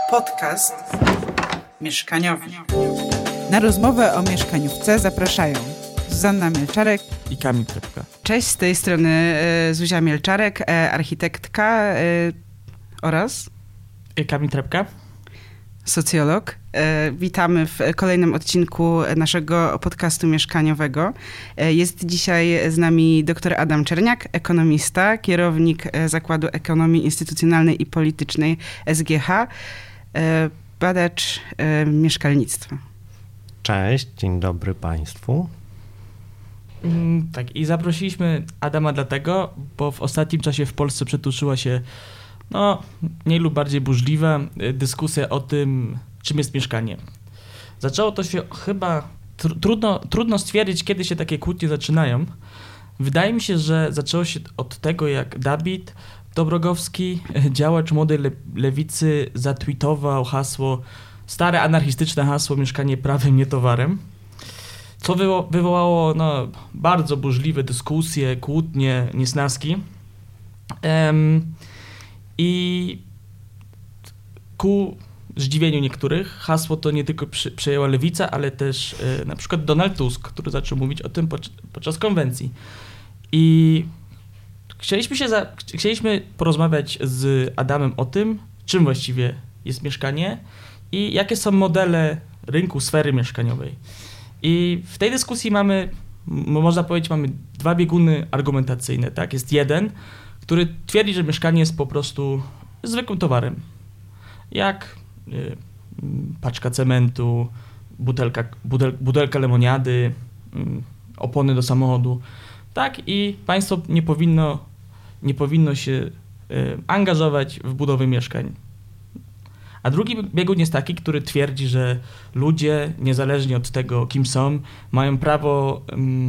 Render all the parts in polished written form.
Podcast mieszkaniowy. Na rozmowę o mieszkaniówce zapraszają Zuzanna Mielczarek i Kamil Trepka. Cześć, z tej strony Zuzia Mielczarek, architektka oraz Kamil Trepka, socjolog. Witamy w kolejnym odcinku naszego podcastu mieszkaniowego. Jest dzisiaj z nami dr Adam Czerniak, ekonomista, kierownik Zakładu Ekonomii Instytucjonalnej i Politycznej SGH, badacz mieszkalnictwa. Cześć, dzień dobry Państwu. Tak, i zaprosiliśmy Adama dlatego, bo w ostatnim czasie w Polsce przetuszyła się mniej lub bardziej burzliwa dyskusja o tym, czym jest mieszkanie. Zaczęło to się chyba, trudno stwierdzić, kiedy się takie kłótnie zaczynają. Wydaje mi się, że zaczęło się od tego, jak Dawid Dobrogowski, działacz młodej lewicy, zatweetował hasło, stare anarchistyczne hasło mieszkanie prawem, nie towarem, co wywołało bardzo burzliwe dyskusje, kłótnie, niesnaski. I ku zdziwieniu niektórych hasło to nie tylko przejęła lewica, ale też na przykład Donald Tusk, który zaczął mówić o tym podczas konwencji. I chcieliśmy porozmawiać z Adamem o tym, czym właściwie jest mieszkanie i jakie są modele rynku, sfery mieszkaniowej. I w tej dyskusji mamy dwa bieguny argumentacyjne. Tak? Jest jeden, który twierdzi, że mieszkanie jest po prostu zwykłym towarem. Jak paczka cementu, butelka lemoniady, opony do samochodu. Tak, i państwo nie powinno się angażować w budowę mieszkań. A drugi biegun jest taki, który twierdzi, że ludzie, niezależnie od tego, kim są, mają prawo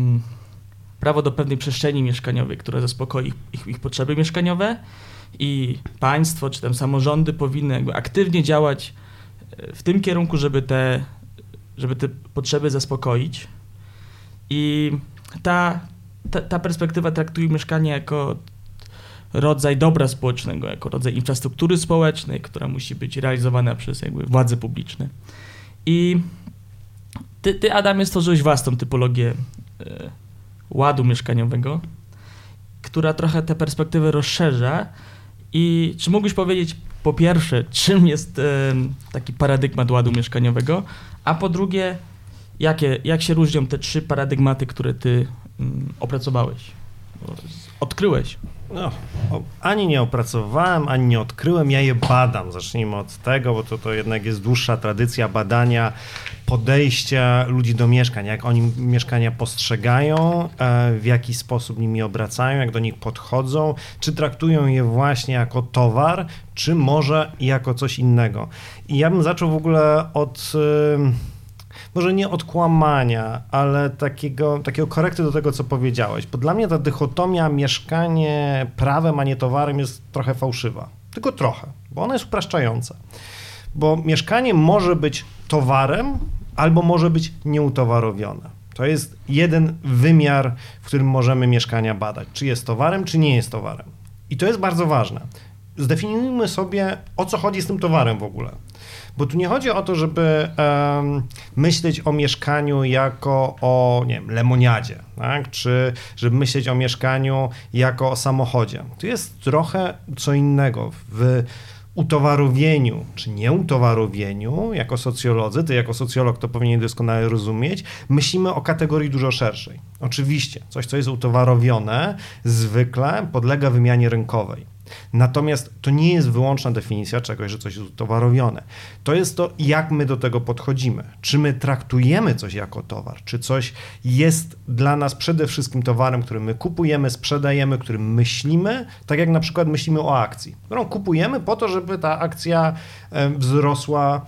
do pewnej przestrzeni mieszkaniowej, która zaspokoi ich potrzeby mieszkaniowe i państwo czy tam samorządy powinny aktywnie działać w tym kierunku, żeby te potrzeby zaspokoić. I ta perspektywa traktuje mieszkanie jako rodzaj dobra społecznego, jako rodzaj infrastruktury społecznej, która musi być realizowana przez władze publiczne. I ty Adamie, stworzyłeś własną typologię ładu mieszkaniowego, która trochę tę perspektywę rozszerza. I czy mógłbyś powiedzieć, po pierwsze, czym jest taki paradygmat ładu mieszkaniowego, a po drugie, jak się różnią te trzy paradygmaty, które ty opracowałeś, odkryłeś? Ani nie opracowałem, ani nie odkryłem, ja je badam. Zacznijmy od tego, bo to jednak jest dłuższa tradycja badania podejścia ludzi do mieszkań, jak oni mieszkania postrzegają, w jaki sposób nimi obracają, jak do nich podchodzą, czy traktują je właśnie jako towar, czy może jako coś innego. I ja bym zaczął w ogóle od... może nie od kłamania, ale takiego korekty do tego, co powiedziałeś. Bo dla mnie ta dychotomia mieszkanie prawem, a nie towarem jest trochę fałszywa. Tylko trochę, bo ona jest upraszczająca. Bo mieszkanie może być towarem, albo może być nieutowarowione. To jest jeden wymiar, w którym możemy mieszkania badać. Czy jest towarem, czy nie jest towarem. I to jest bardzo ważne. Zdefiniujmy sobie, o co chodzi z tym towarem w ogóle. Bo tu nie chodzi o to, żeby myśleć o mieszkaniu jako o, nie wiem, lemoniadzie, tak? Czy żeby myśleć o mieszkaniu jako o samochodzie. Tu jest trochę co innego. W utowarowieniu czy nieutowarowieniu, jako socjolodzy, ty jako socjolog to powinien doskonale rozumieć, myślimy o kategorii dużo szerszej. Oczywiście, coś, co jest utowarowione, zwykle podlega wymianie rynkowej. Natomiast to nie jest wyłączna definicja czegoś, że coś jest utowarowione. To jest to, jak my do tego podchodzimy. Czy my traktujemy coś jako towar, czy coś jest dla nas przede wszystkim towarem, który my kupujemy, sprzedajemy, którym myślimy, tak jak na przykład myślimy o akcji, którą kupujemy po to, żeby ta akcja wzrosła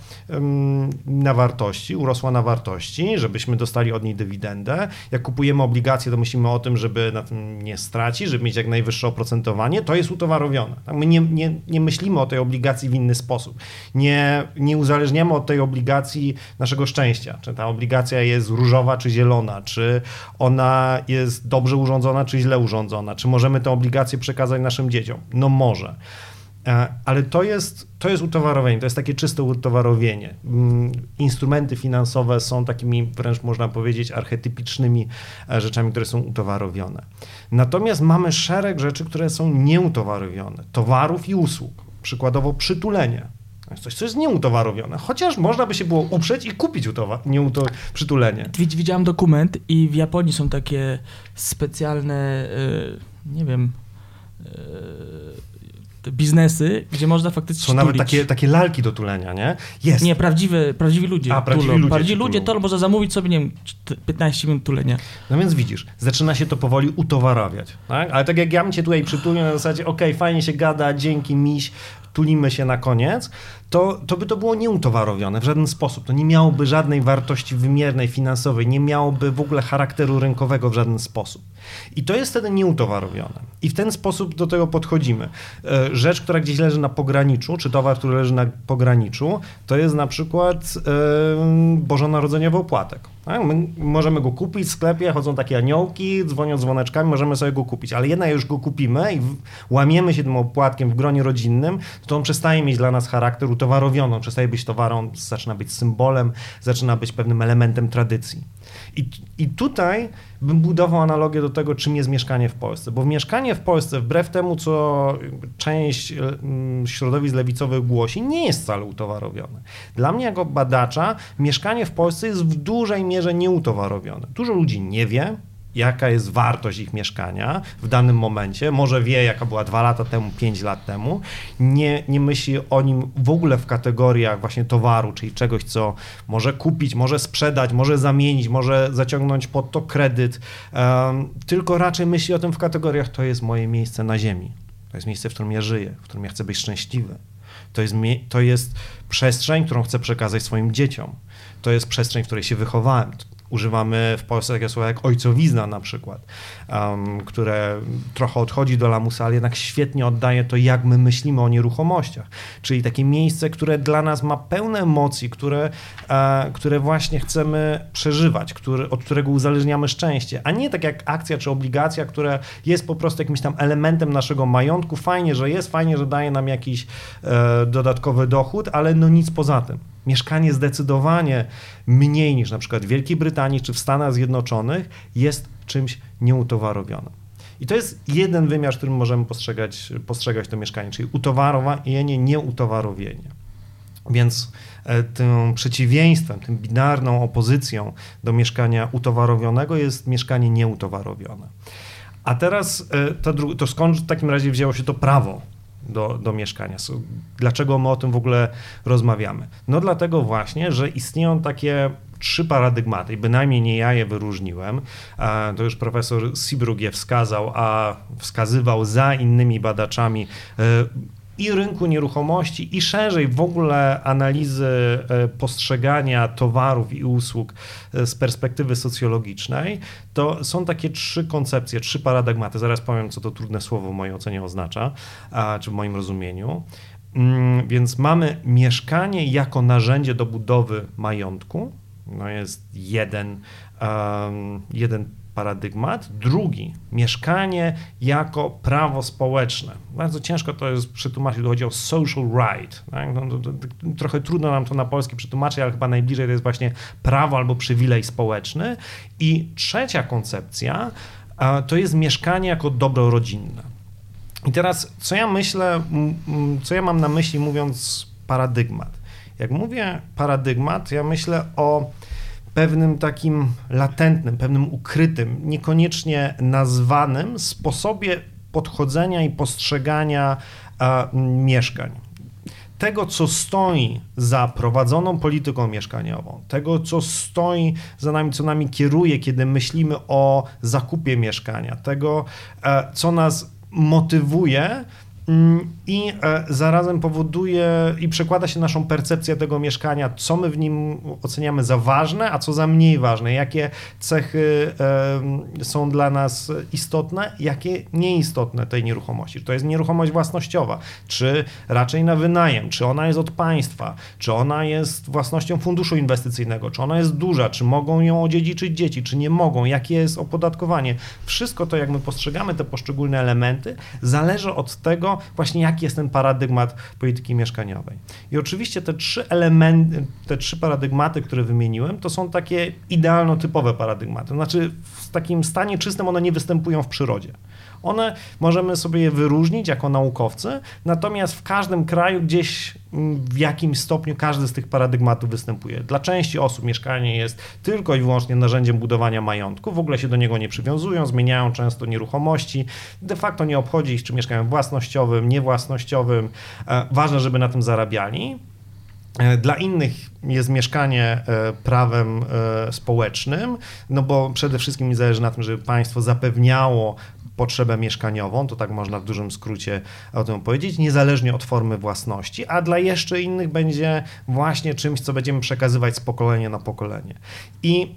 na wartości, urosła na wartości, żebyśmy dostali od niej dywidendę. Jak kupujemy obligacje, to myślimy o tym, żeby na tym nie stracić, żeby mieć jak najwyższe oprocentowanie. To jest utowarowione. My nie myślimy o tej obligacji w inny sposób. Nie uzależniamy od tej obligacji naszego szczęścia. Czy ta obligacja jest różowa, czy zielona, czy ona jest dobrze urządzona, czy źle urządzona, czy możemy tę obligację przekazać naszym dzieciom. No może. Ale to jest utowarowienie, to jest takie czyste utowarowienie. Instrumenty finansowe są takimi wręcz można powiedzieć archetypicznymi rzeczami, które są utowarowione. Natomiast mamy szereg rzeczy, które są nieutowarowione, towarów i usług, przykładowo przytulenie. To jest coś, co jest nieutowarowione, chociaż można by się było uprzeć i kupić przytulenie. Widziałem dokument i w Japonii są takie specjalne, nie wiem, te biznesy, gdzie można faktycznie są nawet takie lalki do tulenia, nie? Jest. Nie, prawdziwi ludzie. Prawdziwi ludzie to można zamówić sobie, nie wiem, 15 minut tulenia. No więc widzisz, zaczyna się to powoli utowarawiać, tak? Ale tak jak ja bym cię tutaj przytulił na zasadzie, okej, fajnie się gada, dzięki miś, tulimy się na koniec, to by to było nieutowarowione w żaden sposób. To nie miałoby żadnej wartości wymiernej, finansowej, nie miałoby w ogóle charakteru rynkowego w żaden sposób. I to jest wtedy nieutowarowione. I w ten sposób do tego podchodzimy. Rzecz, która gdzieś leży na pograniczu, czy towar, który leży na pograniczu, to jest na przykład bożonarodzeniowy opłatek. Tak? My możemy go kupić w sklepie, chodzą takie aniołki, dzwonią dzwoneczkami, możemy sobie go kupić, ale jednak już go kupimy i łamiemy się tym opłatkiem w gronie rodzinnym, to on przestaje mieć dla nas charakter utowarowiony, on przestaje być towarem, zaczyna być symbolem, zaczyna być pewnym elementem tradycji. I tutaj bym budował analogię do tego, czym jest mieszkanie w Polsce, bo mieszkanie w Polsce, wbrew temu, co część środowisk lewicowych głosi, nie jest wcale utowarowione. Dla mnie jako badacza mieszkanie w Polsce jest w dużej mierze nieutowarowione. Dużo ludzi nie wie, jaka jest wartość ich mieszkania w danym momencie, może wie, jaka była 2 lata temu, 5 lat temu, nie myśli o nim w ogóle w kategoriach właśnie towaru, czyli czegoś, co może kupić, może sprzedać, może zamienić, może zaciągnąć pod to kredyt, tylko raczej myśli o tym w kategoriach, to jest moje miejsce na ziemi, to jest miejsce, w którym ja żyję, w którym ja chcę być szczęśliwy, to jest przestrzeń, którą chcę przekazać swoim dzieciom, to jest przestrzeń, w której się wychowałem. Używamy w Polsce takie słowa jak ojcowizna na przykład, które trochę odchodzi do lamusa, ale jednak świetnie oddaje to, jak my myślimy o nieruchomościach. Czyli takie miejsce, które dla nas ma pełne emocji, które właśnie chcemy przeżywać, od którego uzależniamy szczęście, a nie tak jak akcja czy obligacja, która jest po prostu jakimś tam elementem naszego majątku. Fajnie, że jest, fajnie, że daje nam jakiś dodatkowy dochód, ale no nic poza tym. Mieszkanie zdecydowanie mniej niż na przykład w Wielkiej Brytanii czy w Stanach Zjednoczonych jest czymś nieutowarowionym. I to jest jeden wymiar, w którym możemy postrzegać to mieszkanie, czyli utowarowienie, nieutowarowienie. Więc tym przeciwieństwem, tym binarną opozycją do mieszkania utowarowionego jest mieszkanie nieutowarowione. A teraz to skąd w takim razie wzięło się to prawo do mieszkania? Dlaczego my o tym w ogóle rozmawiamy? No dlatego właśnie, że istnieją takie 3 paradygmaty i bynajmniej nie ja je wyróżniłem, to już profesor Seabrook je wskazywał za innymi badaczami i rynku nieruchomości, i szerzej w ogóle analizy postrzegania towarów i usług z perspektywy socjologicznej, to są takie 3 koncepcje, 3 paradygmaty. Zaraz powiem, co to trudne słowo w mojej ocenie oznacza, czy w moim rozumieniu. Więc mamy mieszkanie jako narzędzie do budowy majątku. No jest jeden paradygmat. Drugi, mieszkanie jako prawo społeczne. Bardzo ciężko to jest przetłumaczyć, chodzi o social right. Tak? Trochę trudno nam to na polski przetłumaczyć, ale chyba najbliżej to jest właśnie prawo albo przywilej społeczny. I trzecia koncepcja to jest mieszkanie jako dobro rodzinne. I teraz, co ja myślę, co ja mam na myśli mówiąc paradygmat? Jak mówię paradygmat, ja myślę o pewnym takim latentnym, pewnym ukrytym, niekoniecznie nazwanym sposobie podchodzenia i postrzegania mieszkań. Tego, co stoi za prowadzoną polityką mieszkaniową, tego, co stoi za nami, co nami kieruje, kiedy myślimy o zakupie mieszkania, tego, co nas motywuje i zarazem powoduje i przekłada się naszą percepcję tego mieszkania, co my w nim oceniamy za ważne, a co za mniej ważne, jakie cechy są dla nas istotne, jakie nieistotne tej nieruchomości. Czy to jest nieruchomość własnościowa, czy raczej na wynajem, czy ona jest od państwa, czy ona jest własnością funduszu inwestycyjnego, czy ona jest duża, czy mogą ją odziedziczyć dzieci, czy nie mogą, jakie jest opodatkowanie. Wszystko to, jak my postrzegamy te poszczególne elementy, zależy od tego, tego właśnie jaki jest ten paradygmat polityki mieszkaniowej. I oczywiście te trzy elementy, te trzy paradygmaty, które wymieniłem, to są takie idealnotypowe paradygmaty. To znaczy w takim stanie czystym one nie występują w przyrodzie. One możemy sobie je wyróżnić jako naukowcy, natomiast w każdym kraju gdzieś w jakimś stopniu każdy z tych paradygmatów występuje. Dla części osób mieszkanie jest tylko i wyłącznie narzędziem budowania majątku, w ogóle się do niego nie przywiązują, zmieniają często nieruchomości, de facto nie obchodzi ich, czy mieszkają własnościowym, niewłasnościowym, ważne, żeby na tym zarabiali. Dla innych jest mieszkanie prawem społecznym, no bo przede wszystkim mi zależy na tym, żeby państwo zapewniało potrzebę mieszkaniową, to tak można w dużym skrócie o tym powiedzieć, niezależnie od formy własności, a dla jeszcze innych będzie właśnie czymś, co będziemy przekazywać z pokolenia na pokolenie. I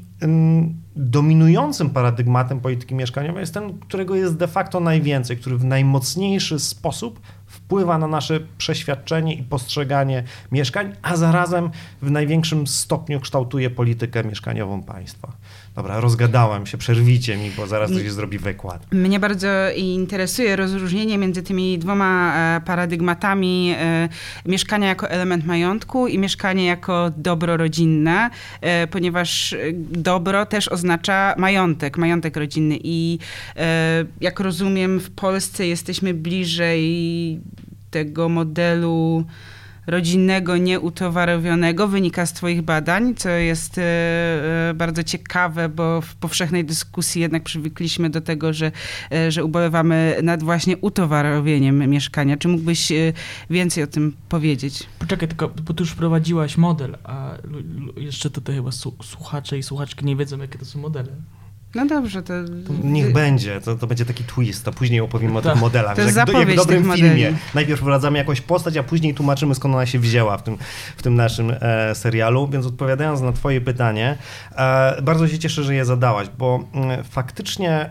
dominującym paradygmatem polityki mieszkaniowej jest ten, którego jest de facto najwięcej, który w najmocniejszy sposób wpływa na nasze przeświadczenie i postrzeganie mieszkań, a zarazem w największym stopniu kształtuje politykę mieszkaniową państwa. Dobra, rozgadałem się, przerwijcie mi, bo zaraz to się zrobi wykład. Mnie bardzo interesuje rozróżnienie między tymi dwoma paradygmatami mieszkania jako element majątku i mieszkanie jako dobro rodzinne, ponieważ dobro też oznacza majątek rodzinny i jak rozumiem w Polsce jesteśmy bliżej tego modelu rodzinnego, nieutowarowionego, wynika z twoich badań, co jest bardzo ciekawe, bo w powszechnej dyskusji jednak przywykliśmy do tego, że ubolewamy nad właśnie utowarowieniem mieszkania. Czy mógłbyś więcej o tym powiedzieć? Poczekaj, tylko, bo ty już wprowadziłaś model, a jeszcze tutaj chyba słuchacze i słuchaczki nie wiedzą, jakie to są modele. No dobrze, to... Niech będzie, to będzie taki twist, a później opowiemy o tych modelach. To jest jak w dobrym tych filmie. modeli. Najpierw wprowadzamy jakąś postać, a później tłumaczymy, skąd ona się wzięła w tym naszym serialu. Więc odpowiadając na twoje pytanie, bardzo się cieszę, że je zadałaś, bo faktycznie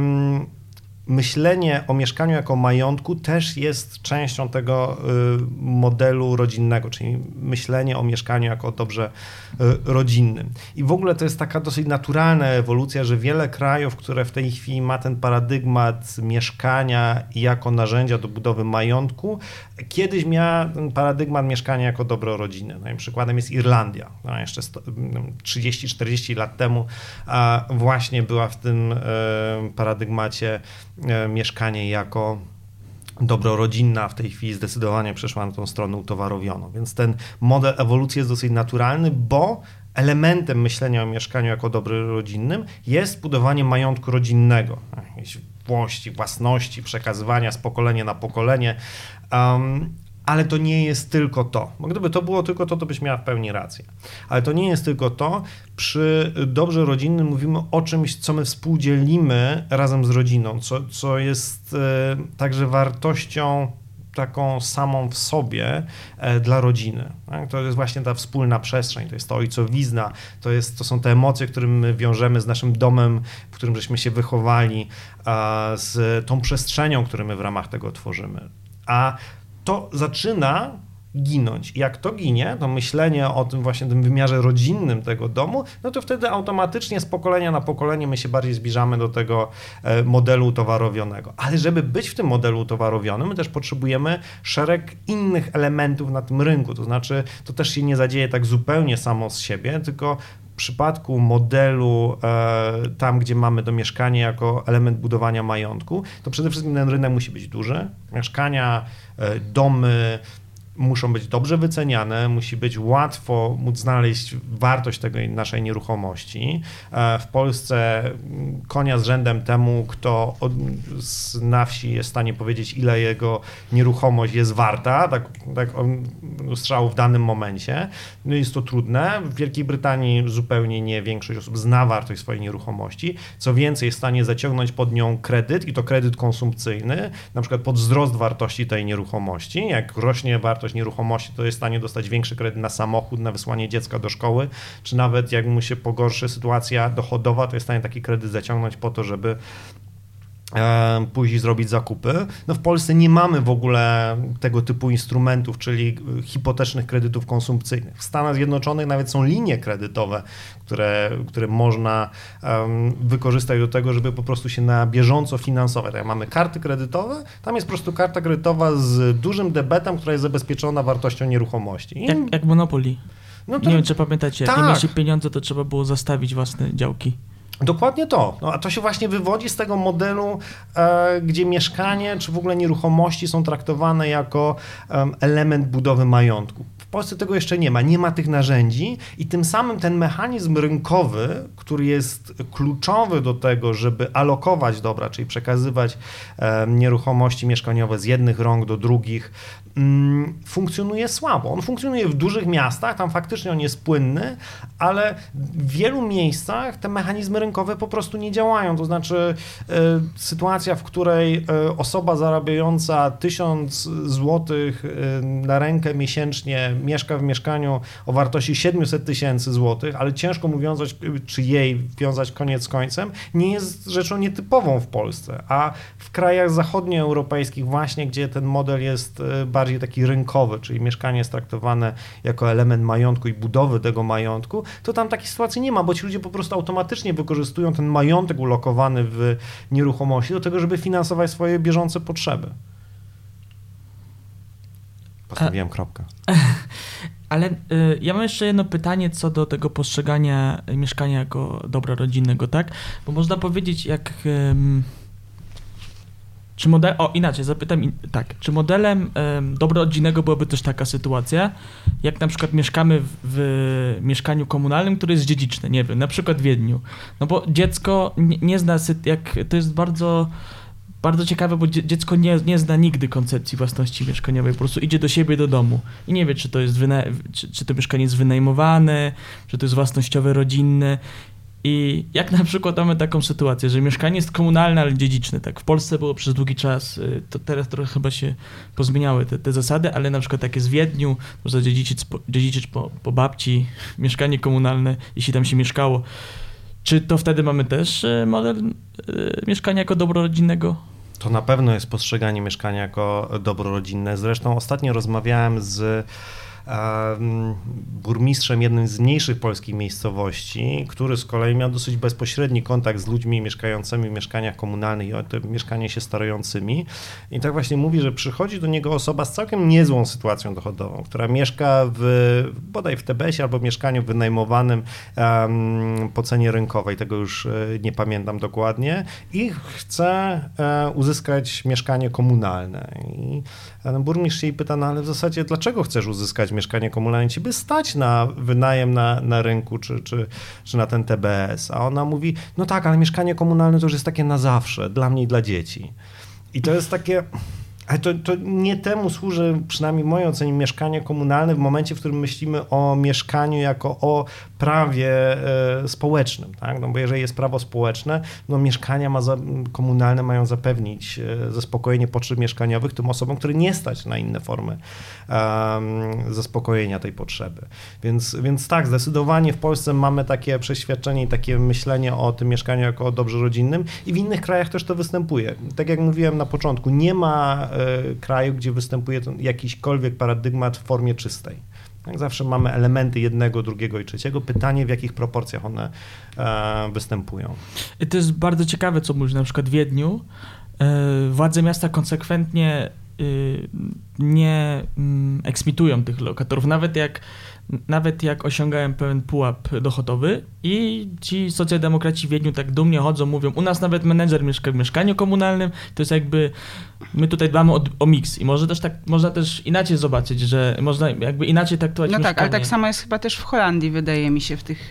myślenie o mieszkaniu jako majątku też jest częścią tego modelu rodzinnego, czyli myślenie o mieszkaniu jako dobrze rodzinnym. I w ogóle to jest taka dosyć naturalna ewolucja, że wiele krajów, które w tej chwili ma ten paradygmat mieszkania jako narzędzia do budowy majątku, kiedyś miała ten paradygmat mieszkania jako dobro rodziny. No i przykładem jest Irlandia. No jeszcze 30-40 lat temu właśnie była w tym paradygmacie mieszkanie jako dobro rodzinne, a w tej chwili zdecydowanie przeszła na tą stronę utowarowioną. Więc ten model ewolucji jest dosyć naturalny, bo elementem myślenia o mieszkaniu jako dobrze rodzinnym jest budowanie majątku rodzinnego, jakieś własności, przekazywania z pokolenia na pokolenie, ale to nie jest tylko to. Bo gdyby to było tylko to, to byś miała w pełni rację. Ale to nie jest tylko to. Przy dobrze rodzinnym mówimy o czymś, co my współdzielimy razem z rodziną, co jest także wartością taką samą w sobie dla rodziny. Tak? To jest właśnie ta wspólna przestrzeń, to jest ta ojcowizna, to są te emocje, które my wiążemy z naszym domem, w którym żeśmy się wychowali, z tą przestrzenią, którą my w ramach tego tworzymy. A to zaczyna ginąć. I jak to ginie, to myślenie o tym właśnie tym wymiarze rodzinnym tego domu, no to wtedy automatycznie z pokolenia na pokolenie my się bardziej zbliżamy do tego modelu utowarowionego. Ale żeby być w tym modelu utowarowionym, my też potrzebujemy szereg innych elementów na tym rynku. To znaczy, to też się nie zadzieje tak zupełnie samo z siebie, tylko w przypadku modelu tam, gdzie mamy to mieszkanie jako element budowania majątku, to przede wszystkim ten rynek musi być duży. Mieszkania, domy muszą być dobrze wyceniane, musi być łatwo móc znaleźć wartość tej naszej nieruchomości. W Polsce konia z rzędem temu, kto na wsi jest w stanie powiedzieć, ile jego nieruchomość jest warta, tak strzału w danym momencie. No jest to trudne. W Wielkiej Brytanii zupełnie nie większość osób zna wartość swojej nieruchomości. Co więcej, jest w stanie zaciągnąć pod nią kredyt i to kredyt konsumpcyjny, na przykład pod wzrost wartości tej nieruchomości. Jak rośnie wartość nieruchomości, to jest w stanie dostać większy kredyt na samochód, na wysłanie dziecka do szkoły, czy nawet jak mu się pogorszy sytuacja dochodowa, to jest w stanie taki kredyt zaciągnąć po to, żeby pójść i zrobić zakupy. No w Polsce nie mamy w ogóle tego typu instrumentów, czyli hipotecznych kredytów konsumpcyjnych. W Stanach Zjednoczonych nawet są linie kredytowe, które można wykorzystać do tego, żeby po prostu się na bieżąco finansować. Tak jak mamy karty kredytowe, tam jest po prostu karta kredytowa z dużym debetem, która jest zabezpieczona wartością nieruchomości. Jak Monopoly. No to, nie wiem, czy pamiętacie, jak tak. nie mieliście pieniądze, to trzeba było zastawić własne działki. Dokładnie to. No, a to się właśnie wywodzi z tego modelu, gdzie mieszkanie czy w ogóle nieruchomości są traktowane jako element budowy majątku. W Polsce tego jeszcze nie ma. Nie ma tych narzędzi i tym samym ten mechanizm rynkowy, który jest kluczowy do tego, żeby alokować dobra, czyli przekazywać nieruchomości mieszkaniowe z jednych rąk do drugich, funkcjonuje słabo. On funkcjonuje w dużych miastach, tam faktycznie on jest płynny, ale w wielu miejscach te mechanizmy rynkowe po prostu nie działają. To znaczy sytuacja, w której osoba zarabiająca 1000 zł na rękę miesięcznie mieszka w mieszkaniu o wartości 700 000 złotych, ale ciężko mu wiązać, czy jej wiązać koniec z końcem, nie jest rzeczą nietypową w Polsce, a w krajach zachodnioeuropejskich właśnie, gdzie ten model jest bardziej taki rynkowy, czyli mieszkanie jest traktowane jako element majątku i budowy tego majątku, to tam takiej sytuacji nie ma, bo ci ludzie po prostu automatycznie wykorzystują ten majątek ulokowany w nieruchomości do tego, żeby finansować swoje bieżące potrzeby. Postawiłem kropkę. Ale ja mam jeszcze jedno pytanie co do tego postrzegania mieszkania jako dobra rodzinnego, tak? Bo można powiedzieć, inaczej, zapytam tak, czy modelem dobra rodzinnego byłaby też taka sytuacja, jak na przykład mieszkamy w mieszkaniu komunalnym, które jest dziedziczne, nie wiem, na przykład w Wiedniu. No bo dziecko nie zna, to jest bardzo, bardzo ciekawe, bo dziecko nie zna nigdy koncepcji własności mieszkaniowej, po prostu idzie do siebie, do domu i nie wie, czy to jest czy to mieszkanie jest wynajmowane, czy to jest własnościowe, rodzinne. I jak na przykład mamy taką sytuację, że mieszkanie jest komunalne, ale dziedziczne, tak w Polsce było przez długi czas, to teraz trochę chyba się pozmieniały te zasady, ale na przykład tak jest w Wiedniu, można dziedziczyć po babci mieszkanie komunalne, jeśli tam się mieszkało. Czy to wtedy mamy też model mieszkania jako dobro rodzinnego? To na pewno jest postrzeganie mieszkania jako dobro rodzinne. Zresztą ostatnio rozmawiałem z burmistrzem jednej z mniejszych polskich miejscowości, który z kolei miał dosyć bezpośredni kontakt z ludźmi mieszkającymi w mieszkaniach komunalnych i te mieszkania się starającymi. I tak właśnie mówi, że przychodzi do niego osoba z całkiem niezłą sytuacją dochodową, która mieszka bodaj w TBS-ie albo w mieszkaniu wynajmowanym po cenie rynkowej, tego już nie pamiętam dokładnie, i chce uzyskać mieszkanie komunalne. I burmistrz jej pyta, no ale w zasadzie dlaczego chcesz uzyskać mieszkanie komunalne, ci by stać na wynajem na rynku czy na ten TBS, a ona mówi, no tak, ale mieszkanie komunalne to już jest takie na zawsze, dla mnie i dla dzieci. I to jest takie, ale to nie temu służy, przynajmniej w mojej ocenie, mieszkanie komunalne w momencie, w którym myślimy o mieszkaniu jako o prawie społecznym, tak? No bo jeżeli jest prawo społeczne, no mieszkania komunalne mają zapewnić zaspokojenie potrzeb mieszkaniowych tym osobom, które nie stać na inne formy zaspokojenia tej potrzeby. Więc tak, zdecydowanie w Polsce mamy takie przeświadczenie i takie myślenie o tym mieszkaniu jako o dobrze rodzinnym i w innych krajach też to występuje. Tak jak mówiłem na początku, nie ma kraju, gdzie występuje jakiśkolwiek paradygmat w formie czystej. Jak zawsze mamy elementy jednego, drugiego i trzeciego. Pytanie, w jakich proporcjach one występują. I to jest bardzo ciekawe, co mówisz, na przykład w Wiedniu władze miasta konsekwentnie nie eksmitują tych lokatorów, nawet jak osiągają pewien pułap dochodowy i ci socjaldemokraci w Wiedniu tak dumnie chodzą, mówią, u nas nawet menedżer mieszka w mieszkaniu komunalnym, to jest jakby, my tutaj dbamy o miks i można też inaczej zobaczyć, że można jakby inaczej traktować mieszkanie. No tak, ale tak samo jest chyba też w Holandii, wydaje mi się, w tych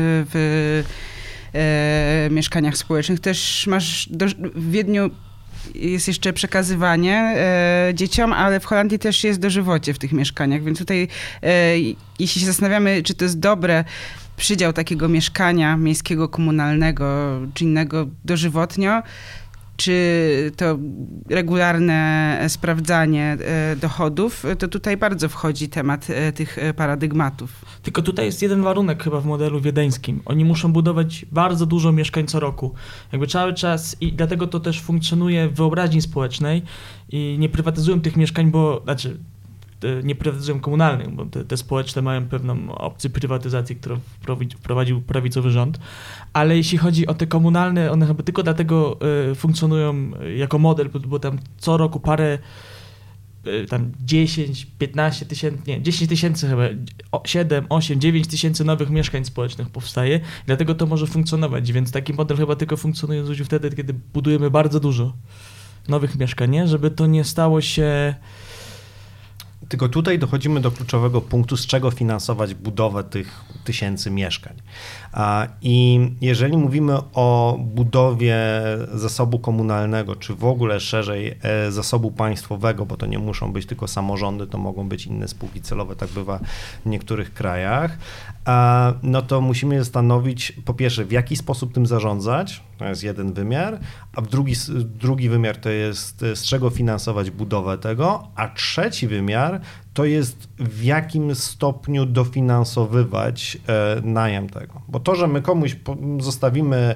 mieszkaniach społecznych. Też masz w Wiedniu jest jeszcze przekazywanie dzieciom, ale w Holandii też jest dożywocie w tych mieszkaniach, więc tutaj jeśli się zastanawiamy, czy to jest dobre przydział takiego mieszkania miejskiego, komunalnego czy innego dożywotnio, czy to regularne sprawdzanie dochodów, to tutaj bardzo wchodzi temat tych paradygmatów. Tylko tutaj jest jeden warunek chyba w modelu wiedeńskim. Oni muszą budować bardzo dużo mieszkań co roku. Jakby cały czas i dlatego to też funkcjonuje w wyobraźni społecznej i nie prywatyzują tych mieszkań, nie prywatyzują komunalnych, bo te społeczne mają pewną opcję prywatyzacji, którą wprowadził prawicowy rząd, ale jeśli chodzi o te komunalne, one chyba tylko dlatego funkcjonują jako model, bo tam co roku parę, tam 10, 15 tysięcy, nie, 10 tysięcy chyba, 7, 8, 9 tysięcy nowych mieszkań społecznych powstaje, dlatego to może funkcjonować, więc taki model chyba tylko funkcjonuje wtedy, kiedy budujemy bardzo dużo nowych mieszkań, nie? Żeby to nie stało się... Tylko tutaj dochodzimy do kluczowego punktu, z czego finansować budowę tych tysięcy mieszkań. I jeżeli mówimy o budowie zasobu komunalnego, czy w ogóle szerzej zasobu państwowego, bo to nie muszą być tylko samorządy, to mogą być inne spółki celowe, tak bywa w niektórych krajach, no to musimy zastanowić, po pierwsze, w jaki sposób tym zarządzać, to jest jeden wymiar, a drugi wymiar to jest, z czego finansować budowę tego, a trzeci wymiar to jest w jakim stopniu dofinansowywać najem tego. Bo to, że my komuś zostawimy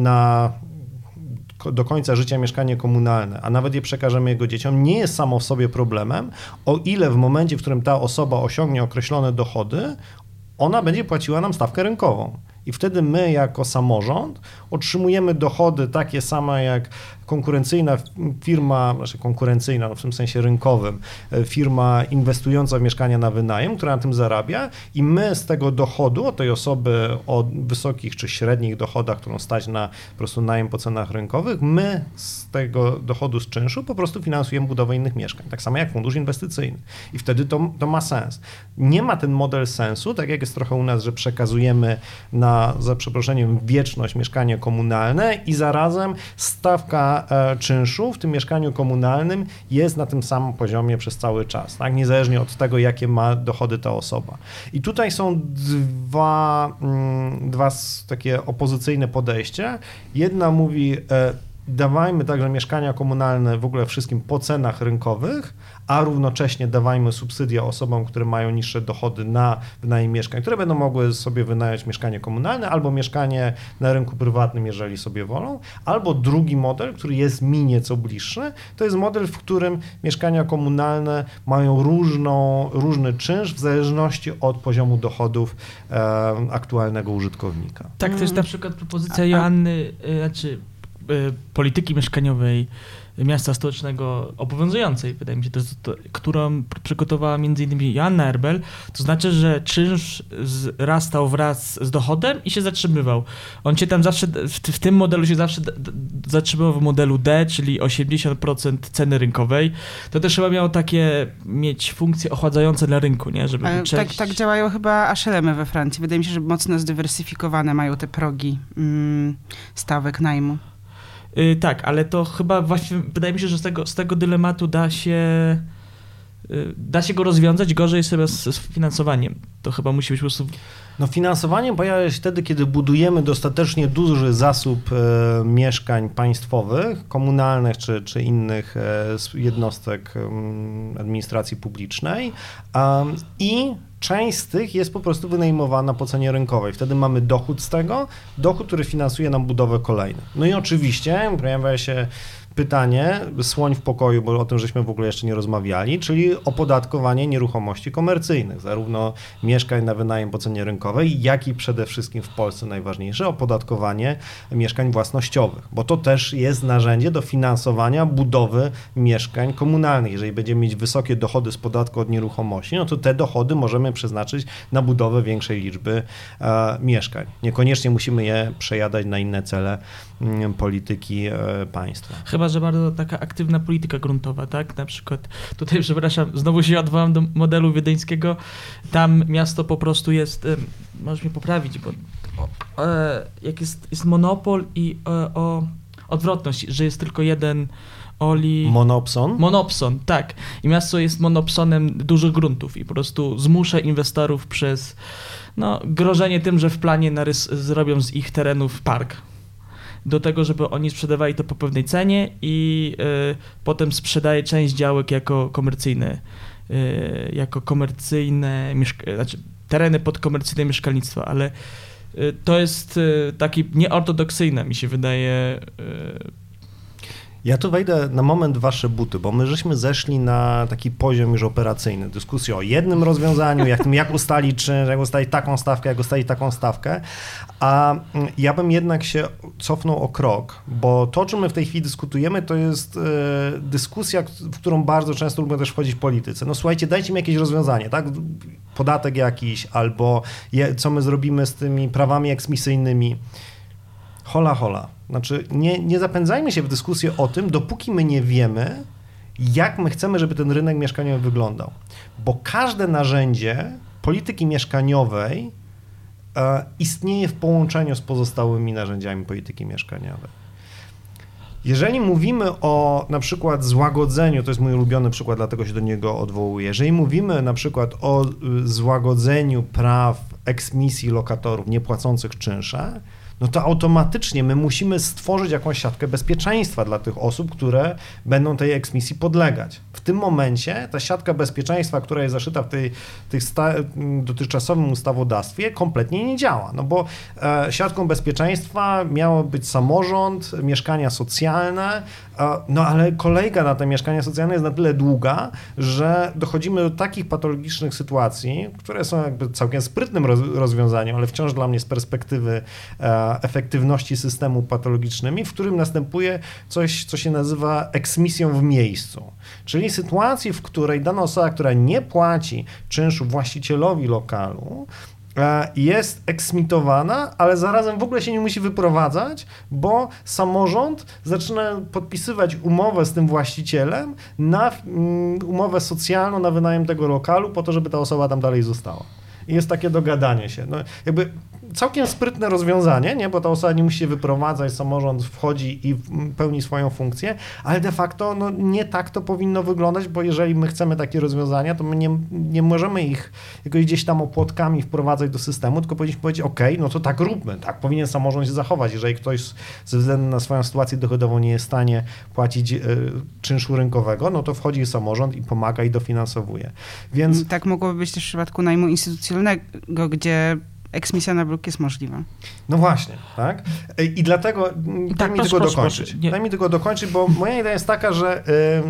do końca życia mieszkanie komunalne, a nawet je przekażemy jego dzieciom, nie jest samo w sobie problemem, o ile w momencie, w którym ta osoba osiągnie określone dochody, ona będzie płaciła nam stawkę rynkową. I wtedy my jako samorząd otrzymujemy dochody takie same jak konkurencyjna firma, znaczy konkurencyjna w tym sensie rynkowym, firma inwestująca w mieszkania na wynajem, która na tym zarabia i my z tego dochodu od tej osoby o wysokich czy średnich dochodach, którą stać na po prostu najem po cenach rynkowych, my z tego dochodu z czynszu po prostu finansujemy budowę innych mieszkań. Tak samo jak fundusz inwestycyjny. I wtedy to ma sens. Nie ma ten model sensu, tak jak jest trochę u nas, że przekazujemy za przeproszeniem wieczność mieszkanie komunalne i zarazem stawka czynszu w tym mieszkaniu komunalnym jest na tym samym poziomie przez cały czas, tak? Niezależnie od tego, jakie ma dochody ta osoba. I tutaj są dwa takie opozycyjne podejścia. Jedna mówi, dawajmy także mieszkania komunalne w ogóle wszystkim po cenach rynkowych, a równocześnie dawajmy subsydia osobom, które mają niższe dochody na wynajem mieszkań, które będą mogły sobie wynająć mieszkanie komunalne albo mieszkanie na rynku prywatnym, jeżeli sobie wolą. Albo drugi model, który jest mi nieco bliższy, to jest model, w którym mieszkania komunalne mają różny czynsz w zależności od poziomu dochodów aktualnego użytkownika. Tak, to jest na przykład propozycja Joanny, polityki mieszkaniowej miasta stołecznego obowiązującej, wydaje mi się, którą przygotowała m.in. Joanna Erbel, to znaczy, że czynsz rastał wraz z dochodem i się zatrzymywał. On się tam zawsze, w tym modelu się zawsze zatrzymywał w modelu D, czyli 80% ceny rynkowej. To też chyba miało mieć funkcje ochładzające dla rynku, nie? Żeby tak działają chyba HLM-y we Francji. Wydaje mi się, że mocno zdywersyfikowane mają te progi stawek najmu. Tak, ale to chyba właśnie wydaje mi się, że z tego dylematu da się go rozwiązać, gorzej sobie z finansowaniem. To chyba musi być po prostu... No finansowanie pojawia się wtedy, kiedy budujemy dostatecznie duży zasób mieszkań państwowych, komunalnych czy innych jednostek administracji publicznej i część z tych jest po prostu wynajmowana po cenie rynkowej. Wtedy mamy dochód z tego, który finansuje nam budowę kolejnych. No i oczywiście pojawia się pytanie, słoń w pokoju, bo o tym żeśmy w ogóle jeszcze nie rozmawiali, czyli opodatkowanie nieruchomości komercyjnych, zarówno mieszkań na wynajem po cenie rynkowej, jak i przede wszystkim w Polsce najważniejsze opodatkowanie mieszkań własnościowych, bo to też jest narzędzie do finansowania budowy mieszkań komunalnych. Jeżeli będziemy mieć wysokie dochody z podatku od nieruchomości, no to te dochody możemy przeznaczyć na budowę większej liczby mieszkań. Niekoniecznie musimy je przejadać na inne cele polityki państwa. Chyba, że bardzo taka aktywna polityka gruntowa, tak? Na przykład tutaj, przepraszam, znowu się odwołam do modelu wiedeńskiego. Tam miasto po prostu jest, możesz mnie poprawić, bo jak jest monopol i odwrotność, że jest tylko jeden Monopson, tak. I miasto jest monopsonem dużych gruntów i po prostu zmusza inwestorów przez grożenie tym, że w planie zrobią z ich terenów park. do tego, żeby oni sprzedawali to po pewnej cenie i potem sprzedaje część działek jako komercyjne znaczy tereny pod komercyjne mieszkalnictwo, ale to jest takie nieortodoksyjne, mi się wydaje. Ja tu wejdę na moment w wasze buty, bo my żeśmy zeszli na taki poziom już operacyjny. Dyskusja o jednym rozwiązaniu, jak ustalić czynsz, jak ustalić taką stawkę, jak ustalić taką stawkę. A ja bym jednak się cofnął o krok, bo to, o czym my w tej chwili dyskutujemy, to jest dyskusja, w którą bardzo często lubią też wchodzić politycy. No słuchajcie, dajcie mi jakieś rozwiązanie, tak? Podatek jakiś, albo co my zrobimy z tymi prawami eksmisyjnymi. Hola. Znaczy, nie zapędzajmy się w dyskusję o tym, dopóki my nie wiemy, jak my chcemy, żeby ten rynek mieszkaniowy wyglądał. Bo każde narzędzie polityki mieszkaniowej istnieje w połączeniu z pozostałymi narzędziami polityki mieszkaniowej. Jeżeli mówimy o na przykład złagodzeniu, to jest mój ulubiony przykład, dlatego się do niego odwołuję, jeżeli mówimy na przykład o złagodzeniu praw eksmisji lokatorów niepłacących czynsze, no to automatycznie my musimy stworzyć jakąś siatkę bezpieczeństwa dla tych osób, które będą tej eksmisji podlegać. W tym momencie ta siatka bezpieczeństwa, która jest zaszyta w dotychczasowym ustawodawstwie, kompletnie nie działa, no bo siatką bezpieczeństwa miało być samorząd, mieszkania socjalne, no ale kolejka na te mieszkania socjalne jest na tyle długa, że dochodzimy do takich patologicznych sytuacji, które są jakby całkiem sprytnym rozwiązaniem, ale wciąż dla mnie z perspektywy efektywności systemu patologicznymi, w którym następuje coś, co się nazywa eksmisją w miejscu. Czyli sytuacji, w której dana osoba, która nie płaci czynszu właścicielowi lokalu, jest eksmitowana, ale zarazem w ogóle się nie musi wyprowadzać, bo samorząd zaczyna podpisywać umowę z tym właścicielem na umowę socjalną na wynajem tego lokalu po to, żeby ta osoba tam dalej została. I jest takie dogadanie się. No, jakby całkiem sprytne rozwiązanie, nie? Bo ta osoba nie musi się wyprowadzać, samorząd wchodzi i pełni swoją funkcję, ale de facto no, nie tak to powinno wyglądać, bo jeżeli my chcemy takie rozwiązania, to my nie możemy ich jakoś gdzieś tam opłotkami wprowadzać do systemu, tylko powinniśmy powiedzieć, no to tak róbmy, tak powinien samorząd się zachować. Jeżeli ktoś ze względu na swoją sytuację dochodową nie jest w stanie płacić czynszu rynkowego, no to wchodzi samorząd i pomaga i dofinansowuje. Więc tak mogłoby być też w przypadku najmu instytucjonalnego, gdzie eksmisja na bruk jest możliwa. No właśnie, tak? I dlatego daj mi tylko dokończyć, bo moja idea jest taka, że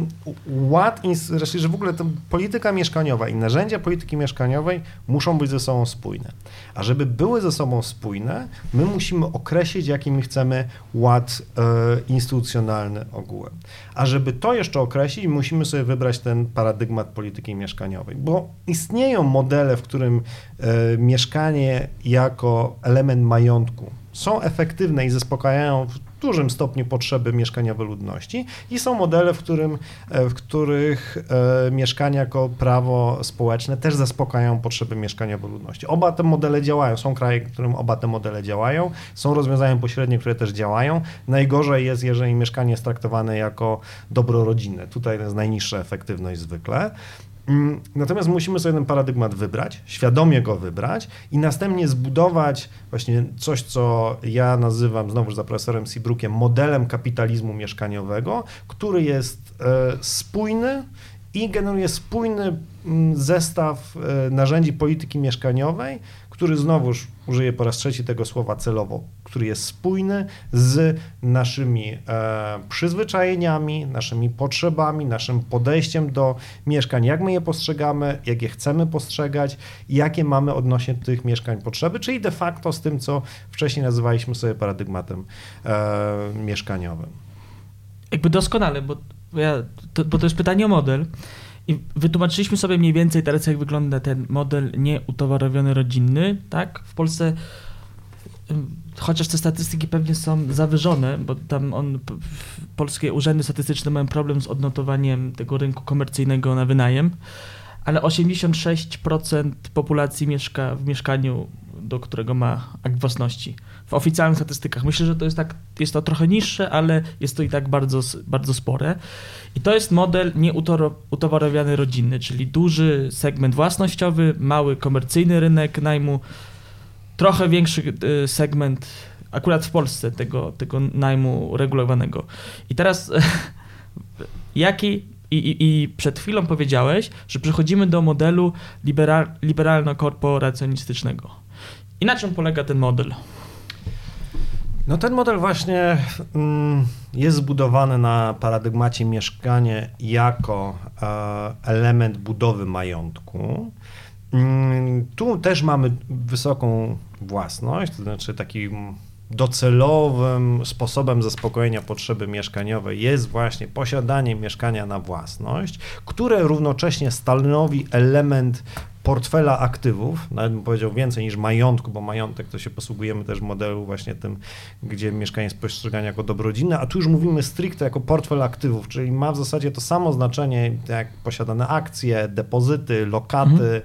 że w ogóle to polityka mieszkaniowa i narzędzia polityki mieszkaniowej muszą być ze sobą spójne. A żeby były ze sobą spójne, my musimy określić, jaki my chcemy ład instytucjonalny ogółem. A żeby to jeszcze określić, musimy sobie wybrać ten paradygmat polityki mieszkaniowej, bo istnieją modele, w którym mieszkanie jako element majątku są efektywne i zaspokajają w dużym stopniu potrzeby mieszkaniowe ludności i są modele, w których mieszkania jako prawo społeczne też zaspokajają potrzeby mieszkaniowe ludności. Oba te modele działają. Są kraje, w którym oba te modele działają. Są rozwiązania pośrednie, które też działają. Najgorzej jest, jeżeli mieszkanie jest traktowane jako dobro rodzinne. Tutaj jest najniższa efektywność zwykle. Natomiast musimy sobie ten paradygmat wybrać, świadomie go wybrać i następnie zbudować właśnie coś, co ja nazywam, znowu za profesorem Seabrookiem, modelem kapitalizmu mieszkaniowego, który jest spójny i generuje spójny zestaw narzędzi polityki mieszkaniowej, który znowuż użyję po raz trzeci tego słowa celowo, który jest spójny z naszymi przyzwyczajeniami, naszymi potrzebami, naszym podejściem do mieszkań, jak my je postrzegamy, jak je chcemy postrzegać i jakie mamy odnośnie tych mieszkań potrzeby, czyli de facto z tym, co wcześniej nazywaliśmy sobie paradygmatem mieszkaniowym. Jakby doskonale, bo to jest pytanie o model. I wytłumaczyliśmy sobie mniej więcej teraz, jak wygląda ten model nieutowarowiony rodzinny, tak? W Polsce, chociaż te statystyki pewnie są zawyżone, bo tam polskie urzędy statystyczne mają problem z odnotowaniem tego rynku komercyjnego na wynajem, ale 86% populacji mieszka w mieszkaniu, do którego ma akt własności. W oficjalnych statystykach. Myślę, że to jest to trochę niższe, ale jest to i tak bardzo, bardzo spore. I to jest model nieutowarowiony rodzinny, czyli duży segment własnościowy, mały komercyjny rynek najmu, trochę większy segment akurat w Polsce tego najmu regulowanego. I teraz I przed chwilą powiedziałeś, że przechodzimy do modelu liberalno-korporacjonistycznego. I na czym polega ten model? No ten model właśnie jest zbudowany na paradygmacie mieszkanie jako element budowy majątku. Tu też mamy wysoką własność, to znaczy takim docelowym sposobem zaspokojenia potrzeby mieszkaniowej jest właśnie posiadanie mieszkania na własność, które równocześnie stanowi element portfela aktywów, nawet bym powiedział więcej niż majątku, bo majątek to się posługujemy też w modelu właśnie tym, gdzie mieszkanie jest postrzegane jako dobro rodzinne, a tu już mówimy stricte jako portfel aktywów, czyli ma w zasadzie to samo znaczenie jak posiadane akcje, depozyty, lokaty,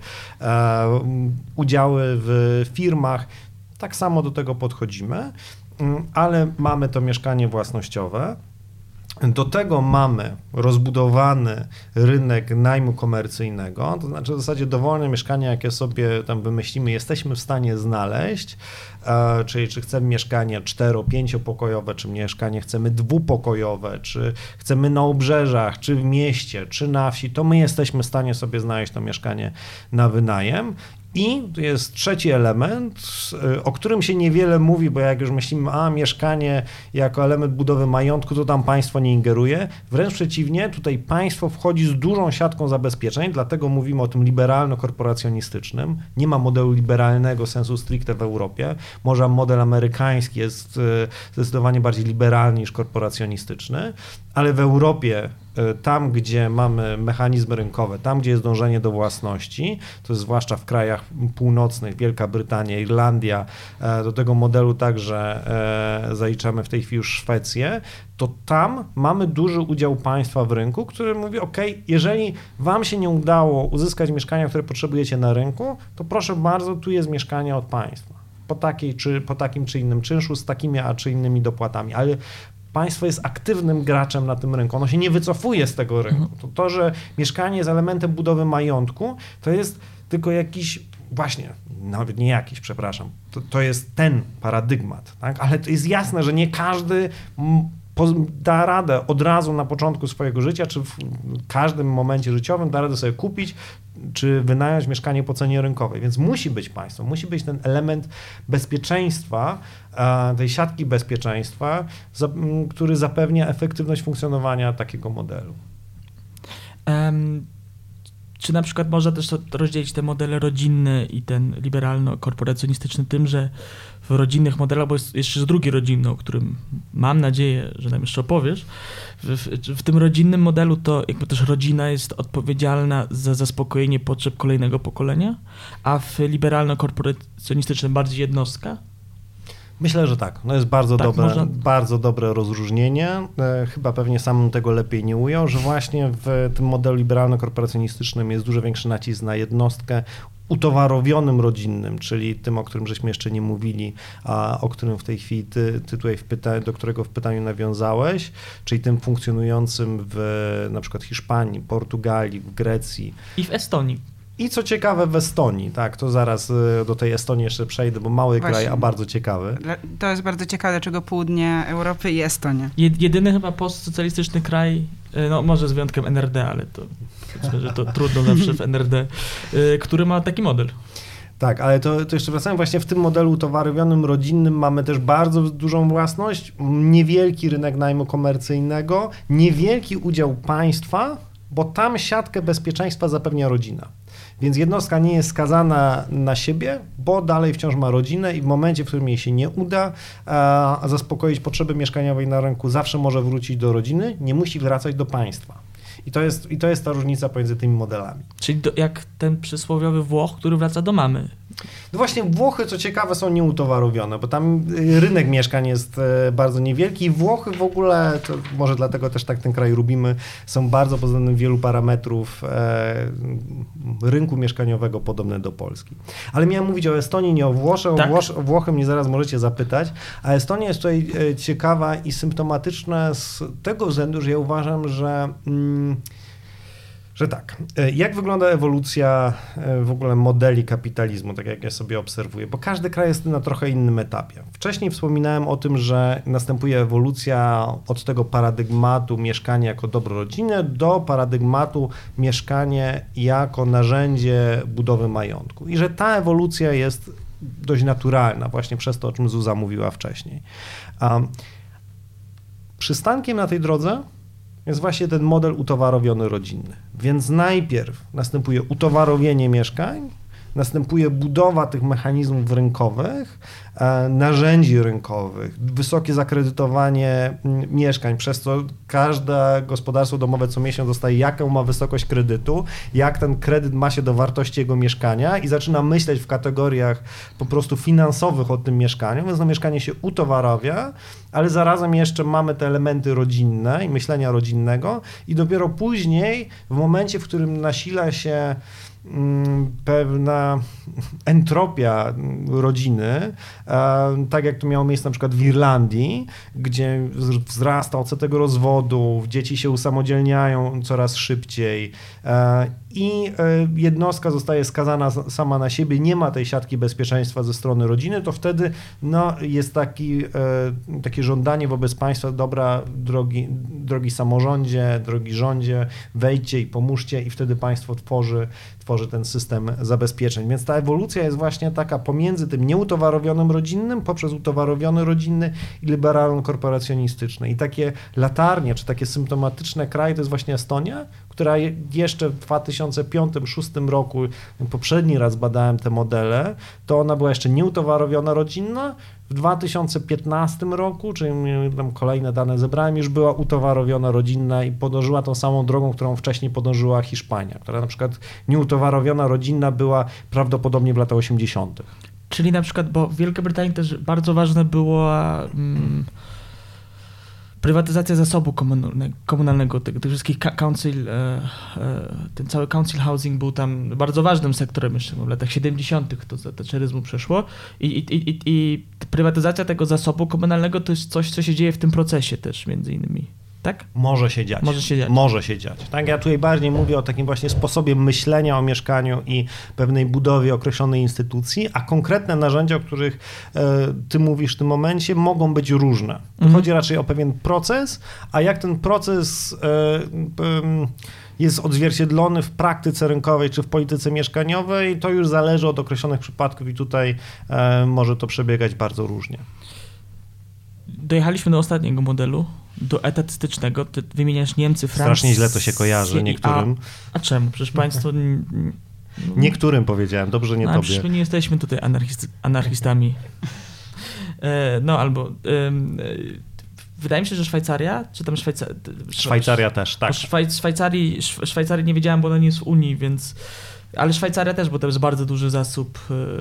udziały w firmach. Tak samo do tego podchodzimy, ale mamy to mieszkanie własnościowe. Do tego mamy rozbudowany rynek najmu komercyjnego, to znaczy w zasadzie dowolne mieszkanie, jakie sobie tam wymyślimy, jesteśmy w stanie znaleźć, czyli czy chcemy mieszkanie 4-5-pokojowe, czy mieszkanie chcemy 2-pokojowe, czy chcemy na obrzeżach, czy w mieście, czy na wsi, to my jesteśmy w stanie sobie znaleźć to mieszkanie na wynajem. I tu jest trzeci element, o którym się niewiele mówi, bo jak już myślimy, mieszkanie jako element budowy majątku, to tam państwo nie ingeruje. Wręcz przeciwnie, tutaj państwo wchodzi z dużą siatką zabezpieczeń, dlatego mówimy o tym liberalno-korporacjonistycznym. Nie ma modelu liberalnego sensu stricte w Europie. Może model amerykański jest zdecydowanie bardziej liberalny niż korporacjonistyczny, ale w Europie tam, gdzie mamy mechanizmy rynkowe, tam, gdzie jest dążenie do własności, to jest zwłaszcza w krajach północnych, Wielka Brytania, Irlandia, do tego modelu także zaliczamy w tej chwili już Szwecję, to tam mamy duży udział państwa w rynku, który mówi, jeżeli wam się nie udało uzyskać mieszkania, które potrzebujecie na rynku, to proszę bardzo, tu jest mieszkanie od państwa. Po takim czy innym czynszu, z takimi a czy innymi dopłatami, ale państwo jest aktywnym graczem na tym rynku, ono się nie wycofuje z tego rynku. To, że mieszkanie jest elementem budowy majątku, to jest tylko jakiś, właśnie, nawet nie jakiś, przepraszam, to jest ten paradygmat, tak? Ale to jest jasne, że nie każdy da radę od razu na początku swojego życia, czy w każdym momencie życiowym da radę sobie kupić, czy wynająć mieszkanie po cenie rynkowej. Więc musi być państwo, musi być ten element bezpieczeństwa, tej siatki bezpieczeństwa, który zapewnia efektywność funkcjonowania takiego modelu. Czy na przykład można też rozdzielić te modele rodzinne i ten liberalno-korporacjonistyczny tym, że w rodzinnych modelach, bo jest jeszcze drugi rodzinny, o którym mam nadzieję, że nam jeszcze opowiesz, w tym rodzinnym modelu to jakby też rodzina jest odpowiedzialna za zaspokojenie potrzeb kolejnego pokolenia, a w liberalno-korporacjonistycznym bardziej jednostka? Myślę, że tak. No jest bardzo dobre rozróżnienie. Chyba pewnie sam tego lepiej nie ujął, że właśnie w tym modelu liberalno-korporacjonistycznym jest dużo większy nacisk na jednostkę utowarowionym rodzinnym, czyli tym, o którym żeśmy jeszcze nie mówili, a o którym w tej chwili ty tutaj do którego w pytaniu nawiązałeś, czyli tym funkcjonującym w na przykład Hiszpanii, Portugalii, w Grecji. I w Estonii. I co ciekawe w Estonii, tak, to zaraz do tej Estonii jeszcze przejdę, bo mały kraj, a bardzo ciekawy. To jest bardzo ciekawe, dlaczego południe Europy i Estonia. Jedyny chyba postsocjalistyczny kraj, no może z wyjątkiem NRD, ale to myślę, że to trudno zawsze w NRD, który ma taki model. Tak, ale to jeszcze wracając, właśnie w tym modelu utowarowionym rodzinnym mamy też bardzo dużą własność, niewielki rynek najmu komercyjnego, niewielki udział państwa, bo tam siatkę bezpieczeństwa zapewnia rodzina. Więc jednostka nie jest skazana na siebie, bo dalej wciąż ma rodzinę i w momencie, w którym jej się nie uda zaspokoić potrzeby mieszkaniowej na rynku, zawsze może wrócić do rodziny, nie musi wracać do państwa. I to jest ta różnica pomiędzy tymi modelami. Czyli jak ten przysłowiowy Włoch, który wraca do mamy. No właśnie Włochy, co ciekawe, są nieutowarowione, bo tam rynek mieszkań jest bardzo niewielki i Włochy w ogóle, to może dlatego też tak ten kraj lubimy, są bardzo pod względem wielu parametrów rynku mieszkaniowego podobne do Polski. Ale miałem mówić o Estonii, nie o Włoszech. Tak. O Włochy mnie zaraz możecie zapytać, a Estonia jest tutaj ciekawa i symptomatyczna z tego względu, że ja uważam, że Że tak, jak wygląda ewolucja w ogóle modeli kapitalizmu, tak jak ja sobie obserwuję, bo każdy kraj jest na trochę innym etapie. Wcześniej wspominałem o tym, że następuje ewolucja od tego paradygmatu mieszkania jako dobro rodziny do paradygmatu mieszkanie jako narzędzie budowy majątku i że ta ewolucja jest dość naturalna właśnie przez to, o czym Zuza mówiła wcześniej. Przystankiem na tej drodze jest właśnie ten model utowarowiony rodzinny. Więc najpierw następuje utowarowienie mieszkań, następuje budowa tych mechanizmów rynkowych, narzędzi rynkowych, wysokie zakredytowanie mieszkań, przez co każde gospodarstwo domowe co miesiąc dostaje, jaką ma wysokość kredytu, jak ten kredyt ma się do wartości jego mieszkania i zaczyna myśleć w kategoriach po prostu finansowych o tym mieszkaniu, więc to mieszkanie się utowarowia, ale zarazem jeszcze mamy te elementy rodzinne i myślenia rodzinnego i dopiero później, w momencie, w którym nasila się pewna entropia rodziny, tak jak to miało miejsce na przykład w Irlandii, gdzie wzrasta odsetek rozwodów, dzieci się usamodzielniają coraz szybciej i jednostka zostaje skazana sama na siebie, nie ma tej siatki bezpieczeństwa ze strony rodziny, to wtedy jest takie żądanie wobec państwa, dobra, drogi samorządzie, drogi rządzie, wejdźcie i pomóżcie i wtedy państwo tworzy ten system zabezpieczeń. Więc ta ewolucja jest właśnie taka pomiędzy tym nieutowarowionym rodzinnym poprzez utowarowiony rodzinny i liberalno-korporacjonistyczny. I takie latarnie, czy takie symptomatyczne kraje to jest właśnie Estonia, która jeszcze w 2005-2006 roku, poprzedni raz badałem te modele, to ona była jeszcze nieutowarowiona rodzinna. W 2015 roku, czyli tam kolejne dane zebrałem, już była utowarowiona rodzinna i podążyła tą samą drogą, którą wcześniej podążyła Hiszpania, która na przykład nieutowarowiona rodzinna była prawdopodobnie w latach 80. Czyli na przykład, bo w Wielkiej Brytanii też bardzo ważne była prywatyzacja zasobu komunalnego, tych wszystkich ten cały council housing był tam bardzo ważnym sektorem jeszcze w latach 70. to za thatcheryzmu przeszło i prywatyzacja tego zasobu komunalnego to jest coś, co się dzieje w tym procesie też między innymi. Tak? Może się dziać. Może się dziać. Tak? Ja tutaj bardziej mówię o takim właśnie sposobie myślenia o mieszkaniu i pewnej budowie określonej instytucji, a konkretne narzędzia, o których ty mówisz w tym momencie, mogą być różne. Chodzi raczej o pewien proces, a jak ten proces jest odzwierciedlony w praktyce rynkowej czy w polityce mieszkaniowej, to już zależy od określonych przypadków i tutaj może to przebiegać bardzo różnie. Dojechaliśmy do ostatniego modelu, do etatystycznego. Ty wymieniasz Niemcy, Francję. Strasznie źle to się kojarzy niektórym. A czemu? Przecież państwo... Niektórym powiedziałem, dobrze nie tobie. Przecież my nie jesteśmy tutaj anarchistami. Albo... Wydaje mi się, że Szwajcaria, czy tam Szwajcaria też, tak. Szwajcarii nie wiedziałem, bo ona nie jest w Unii, więc... Ale Szwajcaria też, bo to jest bardzo duży zasób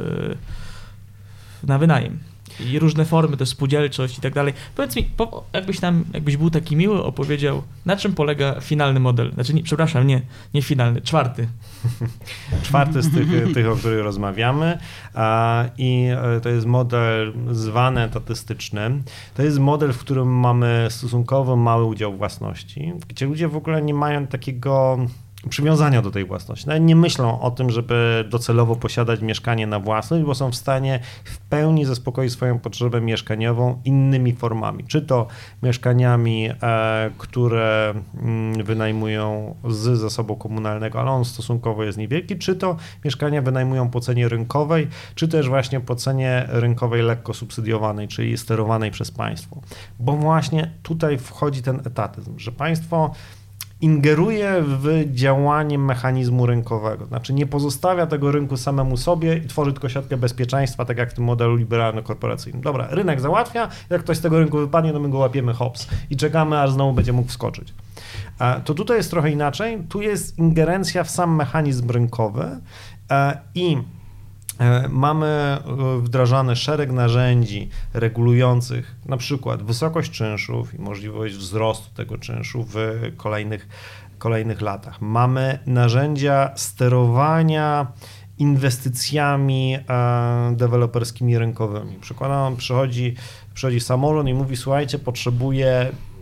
na wynajem. I różne formy, też spółdzielczość i tak dalej. Powiedz mi, jakbyś był taki miły, opowiedział, na czym polega finalny model? Znaczy, nie finalny, czwarty. Czwarty z tych, o których rozmawiamy i to jest model zwany etatystyczny. To jest model, w którym mamy stosunkowo mały udział własności, gdzie ludzie w ogóle nie mają takiego przywiązania do tej własności. Nawet nie myślą o tym, żeby docelowo posiadać mieszkanie na własność, bo są w stanie w pełni zaspokoić swoją potrzebę mieszkaniową innymi formami. Czy to mieszkaniami, które wynajmują z zasobu komunalnego, ale on stosunkowo jest niewielki, czy to mieszkania wynajmują po cenie rynkowej, czy też właśnie po cenie rynkowej lekko subsydiowanej, czyli sterowanej przez państwo. Bo właśnie tutaj wchodzi ten etatyzm, że państwo ingeruje w działanie mechanizmu rynkowego. Znaczy nie pozostawia tego rynku samemu sobie i tworzy tylko siatkę bezpieczeństwa, tak jak w tym modelu liberalno-korporacyjnym. Dobra, rynek załatwia, jak ktoś z tego rynku wypadnie, to my go łapiemy hops i czekamy, aż znowu będzie mógł wskoczyć. To tutaj jest trochę inaczej. Tu jest ingerencja w sam mechanizm rynkowy i mamy wdrażany szereg narzędzi regulujących na przykład wysokość czynszów i możliwość wzrostu tego czynszu w kolejnych latach. Mamy narzędzia sterowania inwestycjami deweloperskimi rynkowymi. Przykładowo przychodzi samorząd i mówi, słuchajcie, potrzebuję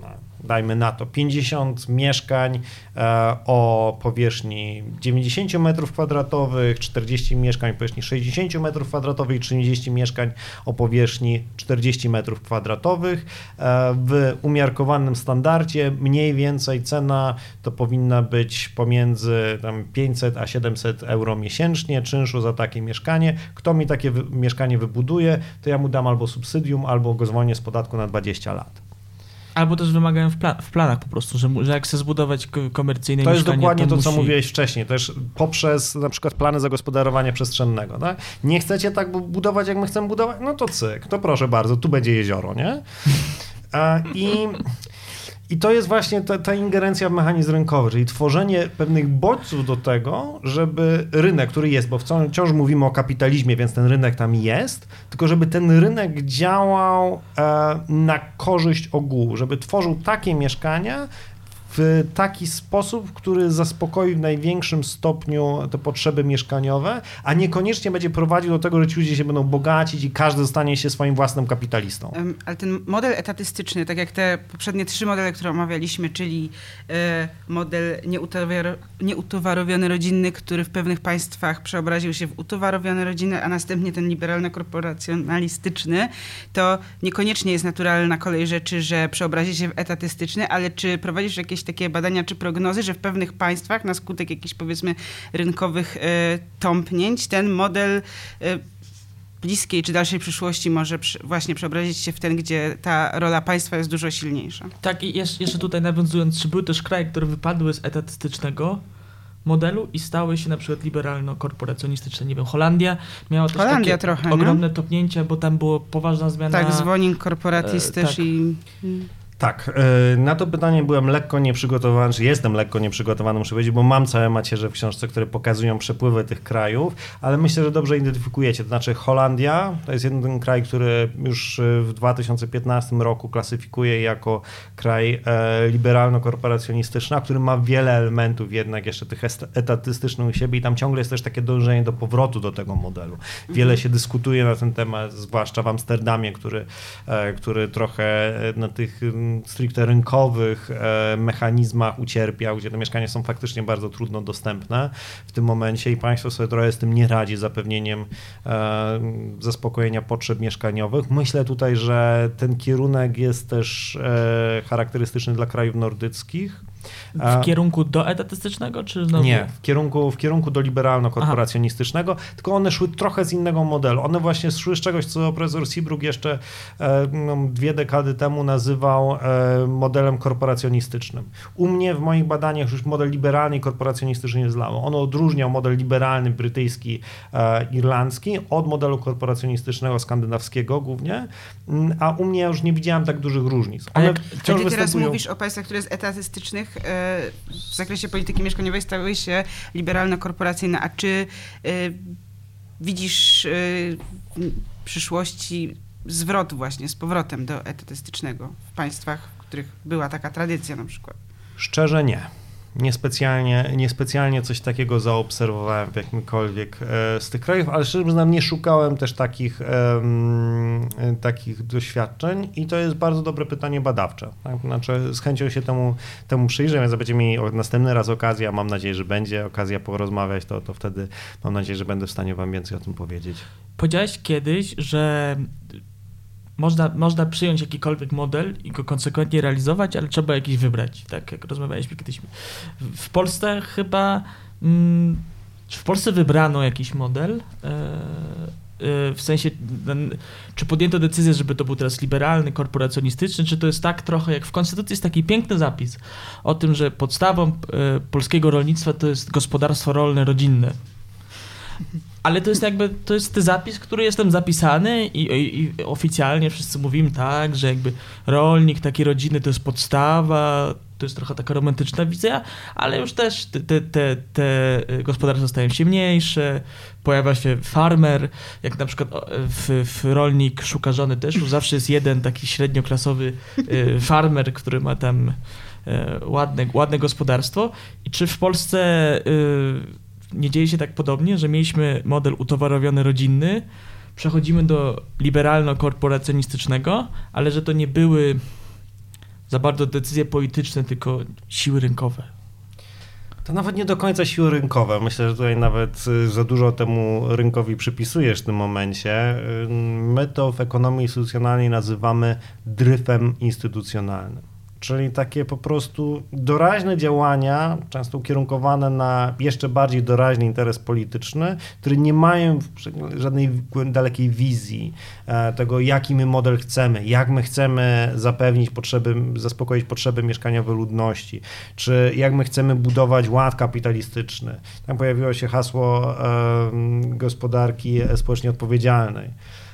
dajmy na to 50 mieszkań o powierzchni 90 m2, 40 mieszkań o powierzchni 60 m2 i 30 mieszkań o powierzchni 40 m2. W umiarkowanym standardzie mniej więcej cena to powinna być pomiędzy tam 500 a 700 euro miesięcznie czynszu za takie mieszkanie. Kto mi takie mieszkanie wybuduje, to ja mu dam albo subsydium, albo go zwolnię z podatku na 20 lat. Albo też wymagają w planach po prostu, że jak chcę zbudować komercyjne mieszkanie, to jest dokładnie to, co musi... mówiłeś wcześniej, też poprzez na przykład plany zagospodarowania przestrzennego. Tak? Nie chcecie tak budować, jak my chcemy budować? No to cyk, to proszę bardzo, tu będzie jezioro, nie? I to jest właśnie ta ingerencja w mechanizm rynkowy, czyli tworzenie pewnych bodźców do tego, żeby rynek, który jest, bo wciąż mówimy o kapitalizmie, więc ten rynek tam jest, tylko żeby ten rynek działał na korzyść ogółu, żeby tworzył takie mieszkania w taki sposób, który zaspokoi w największym stopniu te potrzeby mieszkaniowe, a niekoniecznie będzie prowadził do tego, że ci ludzie się będą bogacić i każdy stanie się swoim własnym kapitalistą. Ale ten model etatystyczny, tak jak te poprzednie 3 modele, które omawialiśmy, czyli model nieutowarowiony rodzinny, który w pewnych państwach przeobraził się w utowarowiony rodzinny, a następnie ten liberalno-korporacjonalistyczny, to niekoniecznie jest naturalna kolej rzeczy, że przeobrazi się w etatystyczny, ale czy prowadzisz jakieś takie badania czy prognozy, że w pewnych państwach na skutek jakichś powiedzmy rynkowych tąpnięć ten model bliskiej czy dalszej przyszłości może właśnie przeobrazić się w ten, gdzie ta rola państwa jest dużo silniejsza. Tak, i jeszcze tutaj nawiązując, czy były też kraje, które wypadły z etatystycznego modelu i stały się na przykład liberalno-korporacjonistyczne. Nie wiem, Holandia miała też takie trochę, ogromne topnięcia, bo tam była poważna zmiana. Tak, zwolnień korporatis też tak. Tak, na to pytanie byłem lekko nieprzygotowany, czy jestem lekko nieprzygotowany, muszę powiedzieć, bo mam całe macierze w książce, które pokazują przepływy tych krajów, ale myślę, że dobrze identyfikujecie. To znaczy Holandia to jest jeden kraj, który już w 2015 roku klasyfikuje jako kraj liberalno-korporacjonistyczny, a który ma wiele elementów jednak jeszcze tych etatystycznych u siebie i tam ciągle jest też takie dążenie do powrotu do tego modelu. Wiele się dyskutuje na ten temat, zwłaszcza w Amsterdamie, który trochę na tych stricte rynkowych mechanizmach ucierpiał, gdzie te mieszkania są faktycznie bardzo trudno dostępne w tym momencie i państwo sobie trochę z tym nie radzi, zapewnieniem zaspokojenia potrzeb mieszkaniowych. Myślę tutaj, że ten kierunek jest też charakterystyczny dla krajów nordyckich. W kierunku do etatystycznego, czy znowu? Nie, w kierunku do liberalno-korporacjonistycznego, tylko one szły trochę z innego modelu. One właśnie szły z czegoś, co profesor Seabrook jeszcze 2 dekady temu nazywał modelem korporacjonistycznym. U mnie w moich badaniach już model liberalny i korporacjonistyczny nie zlało. On odróżniał model liberalny brytyjski, irlandzki od modelu korporacjonistycznego skandynawskiego głównie, a u mnie już nie widziałem tak dużych różnic. One wciąż teraz mówisz o państwach, które z etatystycznych w zakresie polityki mieszkaniowej stały się liberalno-korporacyjne. A czy widzisz w przyszłości zwrot właśnie z powrotem do etatystycznego w państwach, w których była taka tradycja na przykład? Szczerze nie. Niespecjalnie coś takiego zaobserwowałem w jakimkolwiek z tych krajów, ale szczerze mówiąc nie szukałem też takich doświadczeń i to jest bardzo dobre pytanie badawcze. Tak? Znaczy z chęcią się temu przyjrzę, więc będziecie mieli następny raz okazję, a mam nadzieję, że będzie okazja porozmawiać, to wtedy mam nadzieję, że będę w stanie wam więcej o tym powiedzieć. Powiedziałeś kiedyś, że można przyjąć jakikolwiek model i go konsekwentnie realizować, ale trzeba jakiś wybrać, tak jak rozmawialiśmy kiedyś. W Polsce chyba, czy w Polsce wybrano jakiś model, w sensie, czy podjęto decyzję, żeby to był teraz liberalny, korporacjonistyczny, czy to jest tak trochę, jak w Konstytucji jest taki piękny zapis o tym, że podstawą polskiego rolnictwa to jest gospodarstwo rolne, rodzinne. Ale to jest zapis, który jest tam zapisany i oficjalnie wszyscy mówimy tak, że jakby rolnik, taki rodziny to jest podstawa, to jest trochę taka romantyczna wizja, ale już też te gospodarstwa stają się mniejsze, pojawia się farmer, jak na przykład w rolnik szuka żony też, już zawsze jest jeden taki średnioklasowy farmer, który ma tam ładne gospodarstwo. I czy w Polsce nie dzieje się tak podobnie, że mieliśmy model utowarowiony rodzinny, przechodzimy do liberalno-korporacjonistycznego, ale że to nie były za bardzo decyzje polityczne, tylko siły rynkowe. To nawet nie do końca siły rynkowe. Myślę, że tutaj nawet za dużo temu rynkowi przypisujesz w tym momencie. My to w ekonomii instytucjonalnej nazywamy dryfem instytucjonalnym. Czyli takie po prostu doraźne działania, często ukierunkowane na jeszcze bardziej doraźny interes polityczny, które nie mają żadnej dalekiej wizji tego, jaki my model chcemy, jak my chcemy zaspokoić potrzeby mieszkaniowe ludności, czy jak my chcemy budować ład kapitalistyczny. Tam pojawiło się hasło gospodarki społecznie odpowiedzialnej.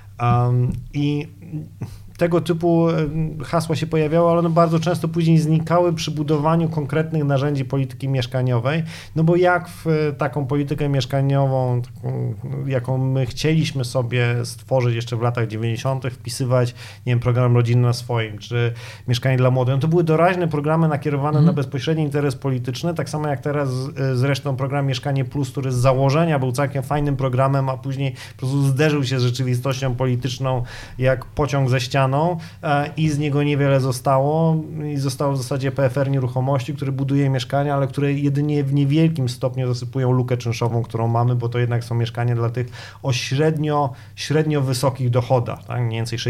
I tego typu hasła się pojawiały, ale one bardzo często później znikały przy budowaniu konkretnych narzędzi polityki mieszkaniowej, no bo jak w taką politykę mieszkaniową, jaką my chcieliśmy sobie stworzyć jeszcze w latach 90., wpisywać, nie wiem, program rodzinny na swoim, czy mieszkanie dla młodych, no to były doraźne programy nakierowane na bezpośredni interes polityczny, tak samo jak teraz zresztą program Mieszkanie Plus, który z założenia był całkiem fajnym programem, a później po prostu zderzył się z rzeczywistością polityczną jak pociąg ze ścianą, i z niego niewiele zostało i zostało w zasadzie PFR Nieruchomości, który buduje mieszkania, ale które jedynie w niewielkim stopniu zasypują lukę czynszową, którą mamy, bo to jednak są mieszkania dla tych o średnio wysokich dochodach, tak? Mniej więcej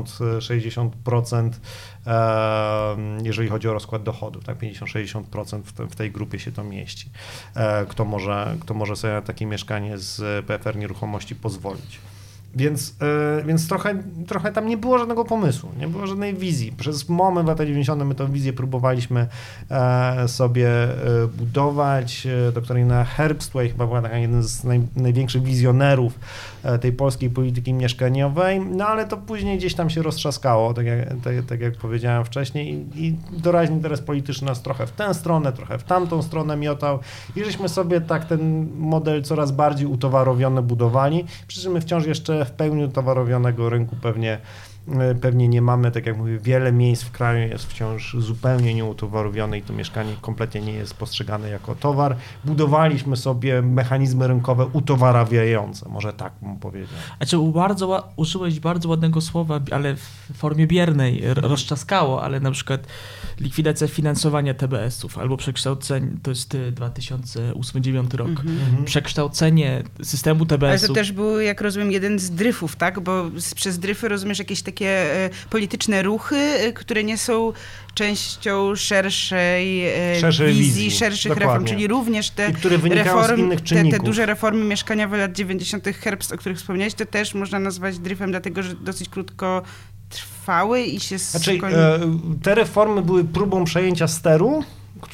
60%, jeżeli chodzi o rozkład dochodów, tak? 50-60% w tej grupie się to mieści. Kto może sobie na takie mieszkanie z PFR Nieruchomości pozwolić. Więc trochę tam nie było żadnego pomysłu, nie było żadnej wizji. Przez moment w latach 90. my tę wizję próbowaliśmy sobie budować. Doktorina Herbst tutaj chyba była jeden z największych wizjonerów tej polskiej polityki mieszkaniowej, no ale to później gdzieś tam się roztrzaskało, tak jak powiedziałem wcześniej, i doraźny interes polityczny nas trochę w tę stronę, trochę w tamtą stronę miotał i żeśmy sobie tak ten model coraz bardziej utowarowiony budowali, przy czym my wciąż jeszcze w pełni utowarowionego rynku pewnie nie mamy, tak jak mówię, wiele miejsc w kraju jest wciąż zupełnie nieutowarowione i to mieszkanie kompletnie nie jest postrzegane jako towar. Budowaliśmy sobie mechanizmy rynkowe utowarawiające, może tak bym powiedział. Znaczy użyłeś bardzo ładnego słowa, ale w formie biernej, rozczaskało, ale na przykład likwidacja finansowania TBS-ów albo przekształcenie, to jest 2008-2009 rok, przekształcenie systemu TBS-ów. Ale to też był, jak rozumiem, jeden z dryfów, tak? Bo przez dryfy rozumiesz jakieś takie polityczne ruchy, które nie są częścią szerszej wizji, szerszych dokładnie. reform, czyli również te które wynikają z innych czynników. Te duże reformy mieszkaniowe lat 90. Herbst, o których wspomniałeś, to też można nazwać dryfem, dlatego że dosyć krótko trwały i się te reformy były próbą przejęcia steru,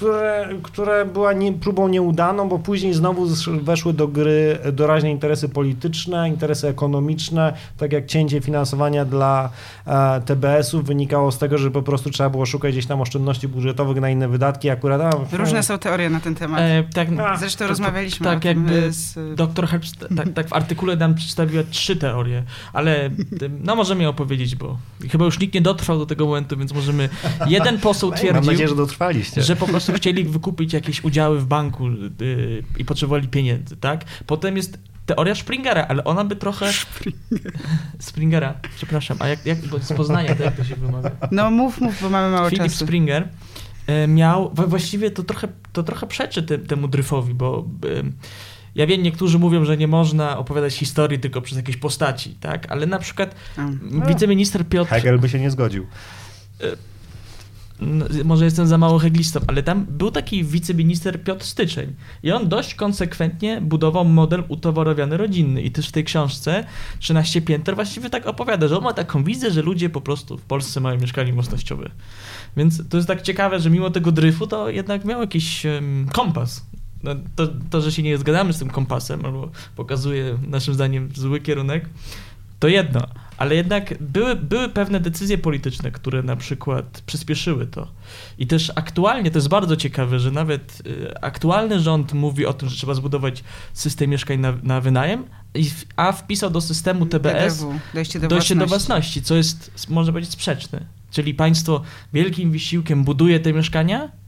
które była próbą nieudaną, bo później znowu weszły do gry doraźne interesy polityczne, interesy ekonomiczne, tak jak cięcie finansowania dla TBS-ów wynikało z tego, że po prostu trzeba było szukać gdzieś tam oszczędności budżetowych na inne wydatki. Różne są teorie na ten temat. Zresztą rozmawialiśmy tak, o tym. Jakby doktor Herbst tak w artykule nam przedstawiła 3 teorie, ale no możemy je opowiedzieć, bo chyba już nikt nie dotrwał do tego momentu, więc możemy... Jeden poseł twierdził, mam nadzieję, że dotrwaliście, że po prostu chcieli wykupić jakieś udziały w banku i potrzebowali pieniędzy, tak? Potem jest teoria Springera, ale ona by trochę... Springera, przepraszam, a jak z Poznania, to jak to się wymawia? No mów, bo mamy mało Philip czasu. Springer miał, właściwie to trochę przeczy temu dryfowi, bo ja wiem, niektórzy mówią, że nie można opowiadać historii tylko przez jakieś postaci, tak? Ale na przykład wiceminister Piotr... Hegel by się nie zgodził. Może jestem za mało heglistą, ale tam był taki wiceminister Piotr Styczeń i on dość konsekwentnie budował model utowarowiony rodzinny i też w tej książce 13 pięter właściwie tak opowiada, że on ma taką wizję, że ludzie po prostu w Polsce mają mieszkanie własnościowe. Więc to jest tak ciekawe, że mimo tego dryfu to jednak miał jakiś kompas. No, to, że się nie zgadzamy z tym kompasem albo pokazuje naszym zdaniem zły kierunek, to jedno, ale jednak były pewne decyzje polityczne, które na przykład przyspieszyły to. I też aktualnie, to jest bardzo ciekawe, że nawet aktualny rząd mówi o tym, że trzeba zbudować system mieszkań na wynajem, a wpisał do systemu TBS dojście do własności, co jest, można powiedzieć, sprzeczne. Czyli państwo wielkim wysiłkiem buduje te mieszkania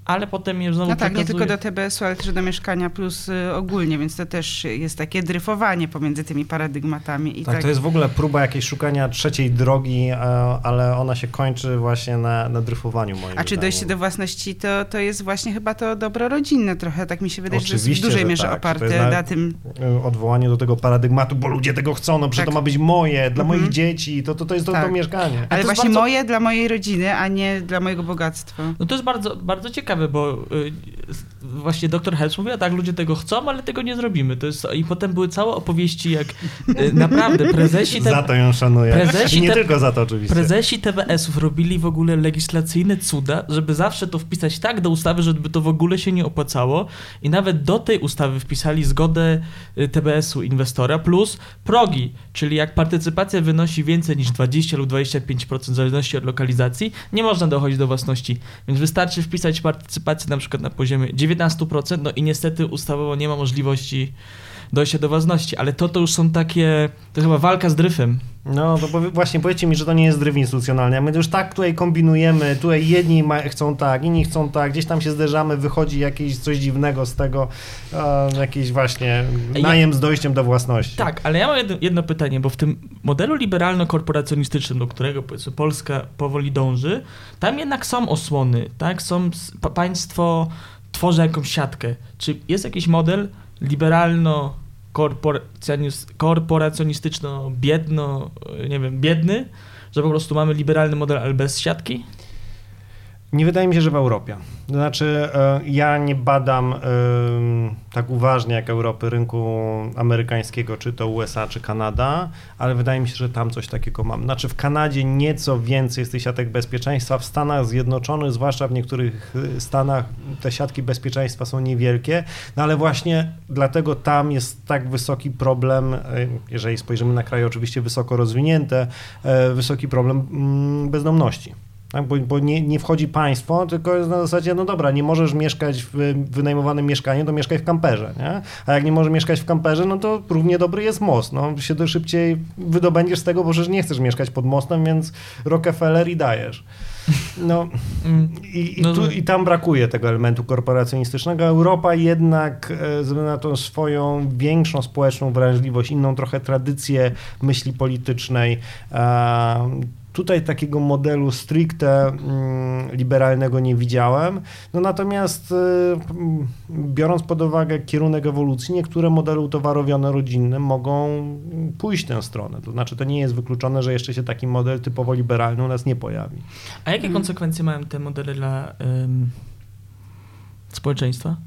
ale potem je znowu No tak, nie przekazuje. tylko do TBS-u, ale też do Mieszkania Plus ogólnie, więc to też jest takie dryfowanie pomiędzy tymi paradygmatami. Tak, to jest w ogóle próba jakiejś szukania trzeciej drogi, ale ona się kończy właśnie na dryfowaniu moim A czy zdaniem. dojście do własności to jest właśnie chyba to dobro rodzinne trochę, tak mi się wydaje, że Oczywiście, to jest w dużej że mierze tak, że to oparte jest na tym. Odwołanie do tego paradygmatu, bo ludzie tego chcą, no przecież Tak. to ma być moje, dla moich dzieci, to jest to Tak. mieszkanie. Ale to jest właśnie bardzo- moje dla mojej rodziny, a nie dla mojego bogactwa. No to jest bardzo, bardzo ciekawe, bo właśnie dr Helps mówiła, tak, ludzie tego chcą, ale tego nie zrobimy. I potem były całe opowieści, jak naprawdę prezesi... Za to ją szanuję. prezesi I nie te- tylko za to oczywiście. Prezesi TBS-ów robili w ogóle legislacyjne cuda, żeby zawsze to wpisać tak do ustawy, żeby to w ogóle się nie opłacało i nawet do tej ustawy wpisali zgodę TBS-u inwestora plus progi, czyli jak partycypacja wynosi więcej niż 20 lub 25% w zależności od lokalizacji, nie można dochodzić do własności. Więc wystarczy wpisać partycypację na przykład na poziomie 19%, no i niestety ustawowo nie ma możliwości dojścia do własności, ale to już są takie, to chyba walka z dryfem. No to właśnie powiedzcie mi, że to nie jest dryf instytucjonalny. My już tak tutaj kombinujemy, tutaj jedni chcą tak, inni chcą tak, gdzieś tam się zderzamy, wychodzi jakieś coś dziwnego z tego, jakiś właśnie najem z dojściem do własności. Tak, ale ja mam jedno pytanie, bo w tym modelu liberalno-korporacjonistycznym, do którego powiedzmy Polska powoli dąży, tam jednak są osłony, tak? Państwo tworzy jakąś siatkę. Czy jest jakiś model liberalno-korporacjonistyczno-biedno, nie wiem, biedny, że po prostu mamy liberalny model, ale bez siatki? Nie wydaje mi się, że w Europie. To znaczy, ja nie badam tak uważnie jak Europy rynku amerykańskiego, czy to USA, czy Kanada, ale wydaje mi się, że tam coś takiego mam. Znaczy w Kanadzie nieco więcej jest tych siatek bezpieczeństwa, w Stanach Zjednoczonych, zwłaszcza w niektórych stanach, te siatki bezpieczeństwa są niewielkie, no ale właśnie dlatego tam jest tak wysoki problem, jeżeli spojrzymy na kraje oczywiście wysoko rozwinięte, wysoki problem bezdomności. Tak, bo nie wchodzi państwo, tylko jest na zasadzie, no dobra, nie możesz mieszkać w wynajmowanym mieszkaniu, to mieszkaj w kamperze, nie? A jak nie możesz mieszkać w kamperze, no to równie dobry jest most, no się to szybciej wydobędziesz z tego, bo przecież nie chcesz mieszkać pod mostem, więc Rockefeller i dajesz. No i tam brakuje tego elementu korporacjonistycznego. Europa jednak ze względu na tą swoją większą społeczną wrażliwość, inną trochę tradycję myśli politycznej, tutaj takiego modelu stricte liberalnego nie widziałem. No natomiast biorąc pod uwagę kierunek ewolucji, niektóre modele utowarowione rodzinne mogą pójść w tę stronę. To znaczy to nie jest wykluczone, że jeszcze się taki model typowo liberalny u nas nie pojawi. A jakie konsekwencje mają te modele dla społeczeństwa?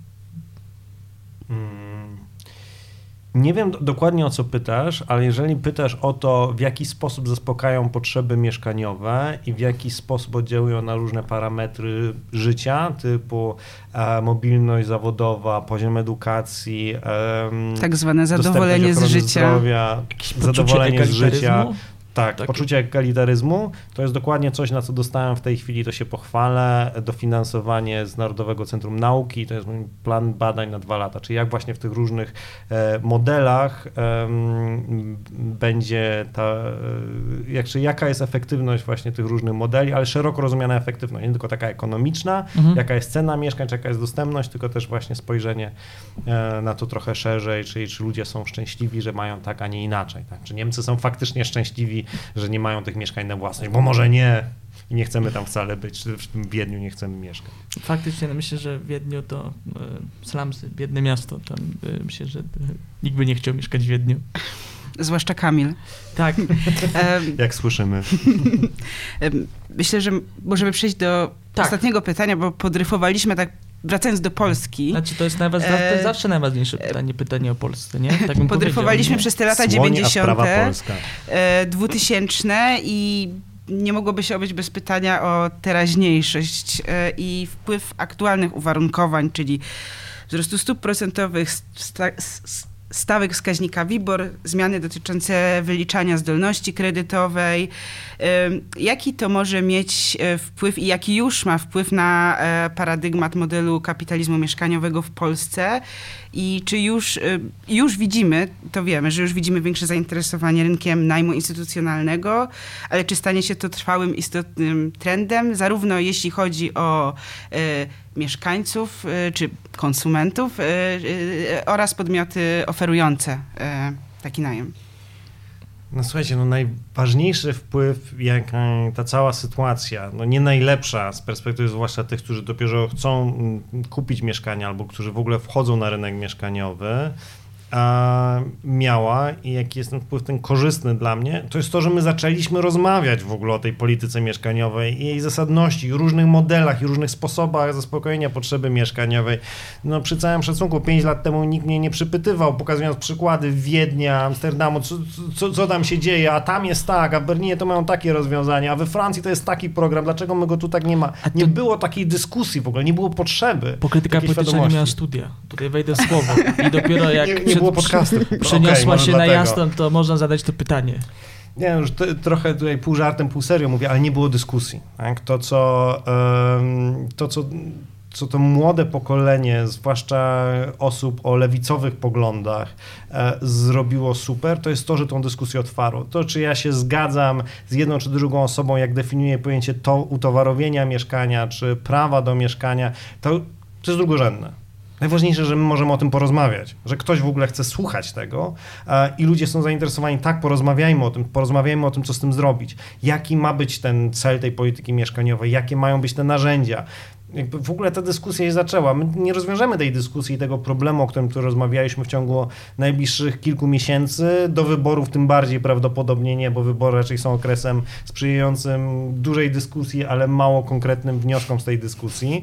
Nie wiem dokładnie o co pytasz, ale jeżeli pytasz o to, w jaki sposób zaspokajają potrzeby mieszkaniowe i w jaki sposób oddziałują na różne parametry życia, typu mobilność zawodowa, poziom edukacji, tak zwane zadowolenie z życia, zdrowia, zadowolenie z życia. Tak, Takie. poczucie egalitaryzmu to jest dokładnie coś, na co dostałem w tej chwili, to się pochwalę, dofinansowanie z Narodowego Centrum Nauki, to jest mój plan badań na 2 lata, czyli jak właśnie w tych różnych modelach będzie jaka jest efektywność właśnie tych różnych modeli, ale szeroko rozumiana efektywność, nie tylko taka ekonomiczna, jaka jest cena mieszkań, czy jaka jest dostępność, tylko też właśnie spojrzenie na to trochę szerzej, czyli czy ludzie są szczęśliwi, że mają tak, a nie inaczej, tak? Czy Niemcy są faktycznie szczęśliwi, że nie mają tych mieszkań na własność, bo może nie i nie chcemy tam wcale być, czy w tym Wiedniu nie chcemy mieszkać. Faktycznie, no myślę, że w Wiedniu to slumsy, biedne miasto, tam myślę, że nikt by nie chciał mieszkać w Wiedniu. zwłaszcza Kamil. Tak. Jak słyszymy. Myślę, że możemy przejść do ostatniego pytania, bo podryfowaliśmy tak, wracając do Polski. Znaczy to jest to jest zawsze najważniejsze pytanie o Polsce, nie? Tak bym podryfowaliśmy przez te lata 90. 2000 i nie mogłoby się obejść bez pytania o teraźniejszość i wpływ aktualnych uwarunkowań, czyli wzrostu stóp procentowych, stawek wskaźnika WIBOR, zmiany dotyczące wyliczania zdolności kredytowej. Jaki to może mieć wpływ i jaki już ma wpływ na paradygmat modelu kapitalizmu mieszkaniowego w Polsce? I czy już widzimy, to wiemy, że już widzimy większe zainteresowanie rynkiem najmu instytucjonalnego, ale czy stanie się to trwałym, istotnym trendem, zarówno jeśli chodzi o mieszkańców czy konsumentów oraz podmioty oferujące taki najem. No słuchajcie, najważniejszy wpływ, jak ta cała sytuacja, nie najlepsza z perspektywy zwłaszcza tych, którzy dopiero chcą kupić mieszkania albo którzy w ogóle wchodzą na rynek mieszkaniowy, miała i jaki jest ten wpływ, ten korzystny dla mnie, to jest to, że my zaczęliśmy rozmawiać w ogóle o tej polityce mieszkaniowej i jej zasadności, i różnych modelach, i różnych sposobach zaspokojenia potrzeby mieszkaniowej. Przy całym szacunku, 5 lat temu nikt mnie nie przypytywał, pokazując przykłady Wiednia, Amsterdamu, co tam się dzieje, a tam jest tak, a w Berlinie to mają takie rozwiązania, a we Francji to jest taki program, dlaczego my go tu tak nie ma? Nie było takiej dyskusji w ogóle, nie było potrzeby. Pokrytyka polityczna nie miała studia. Tutaj wejdę w słowo. I dopiero jak nie było podcastu. Przeniosła się na jasno, to można zadać to pytanie. Nie, już trochę tutaj pół żartem, pół serio mówię, ale nie było dyskusji. Tak? Co to młode pokolenie, zwłaszcza osób o lewicowych poglądach, zrobiło super, to jest to, że tą dyskusję otwarło. To, czy ja się zgadzam z jedną czy drugą osobą, jak definiuje pojęcie utowarowienia mieszkania, czy prawa do mieszkania, to jest drugorzędne. Najważniejsze, że my możemy o tym porozmawiać, że ktoś w ogóle chce słuchać tego i ludzie są zainteresowani, tak, porozmawiajmy o tym, co z tym zrobić. Jaki ma być ten cel tej polityki mieszkaniowej, jakie mają być te narzędzia. Jakby w ogóle ta dyskusja się zaczęła. My nie rozwiążemy tej dyskusji i tego problemu, o którym tu rozmawialiśmy w ciągu najbliższych kilku miesięcy, do wyborów tym bardziej prawdopodobnie nie, bo wybory raczej są okresem sprzyjającym dużej dyskusji, ale mało konkretnym wnioskom z tej dyskusji.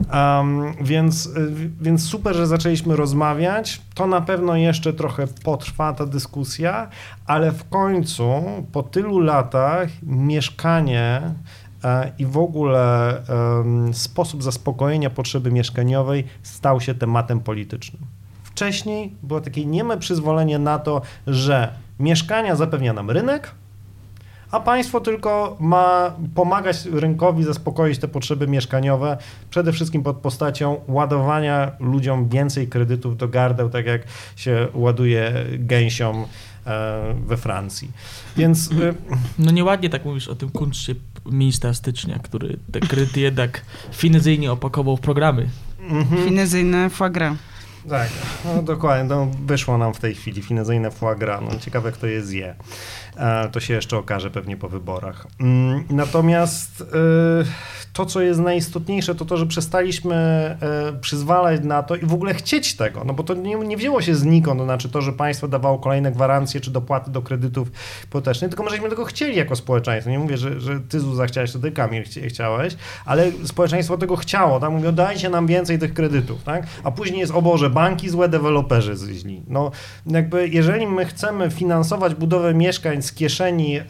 Więc super, że zaczęliśmy rozmawiać. To na pewno jeszcze trochę potrwa ta dyskusja, ale w końcu po tylu latach mieszkanie i w ogóle sposób zaspokojenia potrzeby mieszkaniowej stał się tematem politycznym. Wcześniej było takie nieme przyzwolenie na to, że mieszkania zapewnia nam rynek, a państwo tylko ma pomagać rynkowi zaspokoić te potrzeby mieszkaniowe, przede wszystkim pod postacią ładowania ludziom więcej kredytów do gardeł, tak jak się ładuje gęsiom we Francji. Więc... nieładnie tak mówisz o tym kunszcie ministra Stycznia, który te kredyty jednak finezyjnie opakował w programy. Finezyjne foie gras. Tak, dokładnie, wyszło nam w tej chwili finezyjne foie gras. Ciekawe, kto je zje. To się jeszcze okaże pewnie po wyborach. Natomiast to, co jest najistotniejsze, to, że przestaliśmy przyzwalać na to i w ogóle chcieć tego, bo to nie wzięło się znikąd, to znaczy to, że państwo dawało kolejne gwarancje czy dopłaty do kredytów hipotecznych, tylko my żeśmy tego chcieli jako społeczeństwo. Nie mówię, że ty, Zuza, chciałeś, to ty, Kamil, chciałeś, ale społeczeństwo tego chciało, tak? Mówią, dajcie nam więcej tych kredytów, tak? A później jest, o Boże, banki złe, deweloperzy źli. Jeżeli my chcemy finansować budowę mieszkań z kieszeni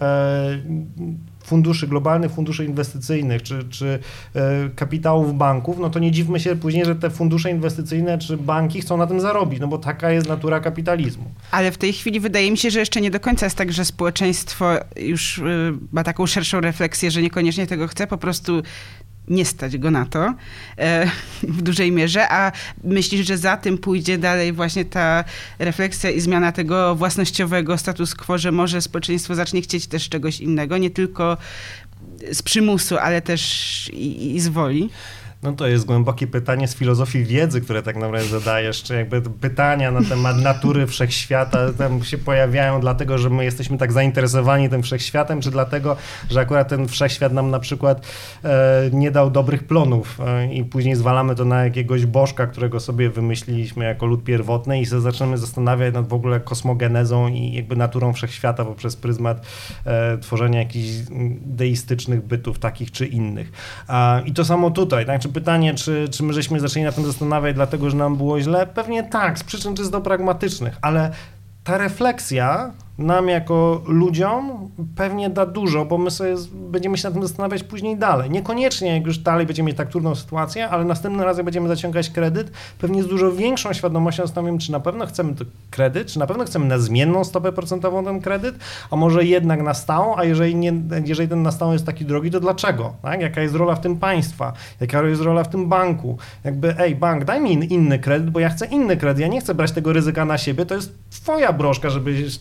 globalnych funduszy inwestycyjnych czy kapitałów banków, to nie dziwmy się później, że te fundusze inwestycyjne czy banki chcą na tym zarobić, bo taka jest natura kapitalizmu. Ale w tej chwili wydaje mi się, że jeszcze nie do końca jest tak, że społeczeństwo już ma taką szerszą refleksję, że niekoniecznie tego chce, po prostu nie stać go na to w dużej mierze, a myślisz, że za tym pójdzie dalej właśnie ta refleksja i zmiana tego własnościowego status quo, że może społeczeństwo zacznie chcieć też czegoś innego, nie tylko z przymusu, ale też i z woli? To jest głębokie pytanie z filozofii wiedzy, które tak naprawdę zadajesz, czy jakby pytania na temat natury wszechświata tam się pojawiają dlatego, że my jesteśmy tak zainteresowani tym wszechświatem, czy dlatego, że akurat ten wszechświat nam na przykład nie dał dobrych plonów i później zwalamy to na jakiegoś bożka, którego sobie wymyśliliśmy jako lud pierwotny i się zaczynamy zastanawiać nad w ogóle kosmogenezą i jakby naturą wszechświata poprzez pryzmat tworzenia jakichś deistycznych bytów takich czy innych. I to samo tutaj, tak? Pytanie, czy my żeśmy zaczęli na tym zastanawiać dlatego, że nam było źle? Pewnie tak, z przyczyn czysto pragmatycznych, ale ta refleksja nam jako ludziom pewnie da dużo, bo my sobie będziemy się nad tym zastanawiać później dalej. Niekoniecznie, jak już dalej będziemy mieć tak trudną sytuację, ale następnym razem będziemy zaciągać kredyt, pewnie z dużo większą świadomością zastanowimy, czy na pewno chcemy ten kredyt, czy na pewno chcemy na zmienną stopę procentową ten kredyt, a może jednak na stałą, a jeżeli ten na stałą jest taki drogi, to dlaczego? Tak? Jaka jest rola w tym państwa? Jaka jest rola w tym banku? Bank, daj mi inny kredyt, bo ja chcę inny kredyt, ja nie chcę brać tego ryzyka na siebie, to jest twoja broszka, żebyś to ryzyko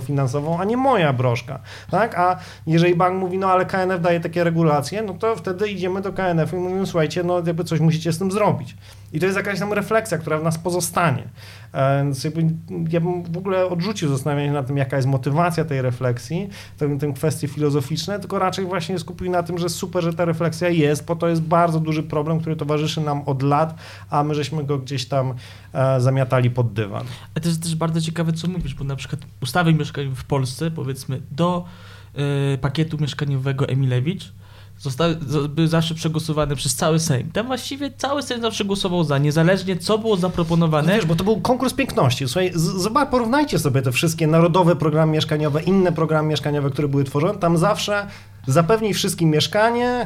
finansową, a nie moja broszka, tak? A jeżeli bank mówi, no ale KNF daje takie regulacje, no to wtedy idziemy do KNF-u i mówimy, słuchajcie, no jakby coś musicie z tym zrobić. I to jest jakaś tam refleksja, która w nas pozostanie. Więc ja bym w ogóle odrzucił zastanawianie się nad tym, jaka jest motywacja tej refleksji, te kwestie filozoficzne, tylko raczej właśnie skupił na tym, że super, że ta refleksja jest, bo to jest bardzo duży problem, który towarzyszy nam od lat, a my żeśmy go gdzieś tam zamiatali pod dywan. A to jest też bardzo ciekawe, co mówisz, bo na przykład ustawy mieszkaniowe w Polsce, powiedzmy, do pakietu mieszkaniowego Emilewicz były zawsze przegłosowane przez cały Sejm. Tam właściwie cały Sejm zawsze głosował za, niezależnie co było zaproponowane. No wiesz, bo to był konkurs piękności. Słuchaj, zobacz, porównajcie sobie te wszystkie narodowe programy mieszkaniowe, inne programy mieszkaniowe, które były tworzone. Tam zawsze zapewnij wszystkim mieszkanie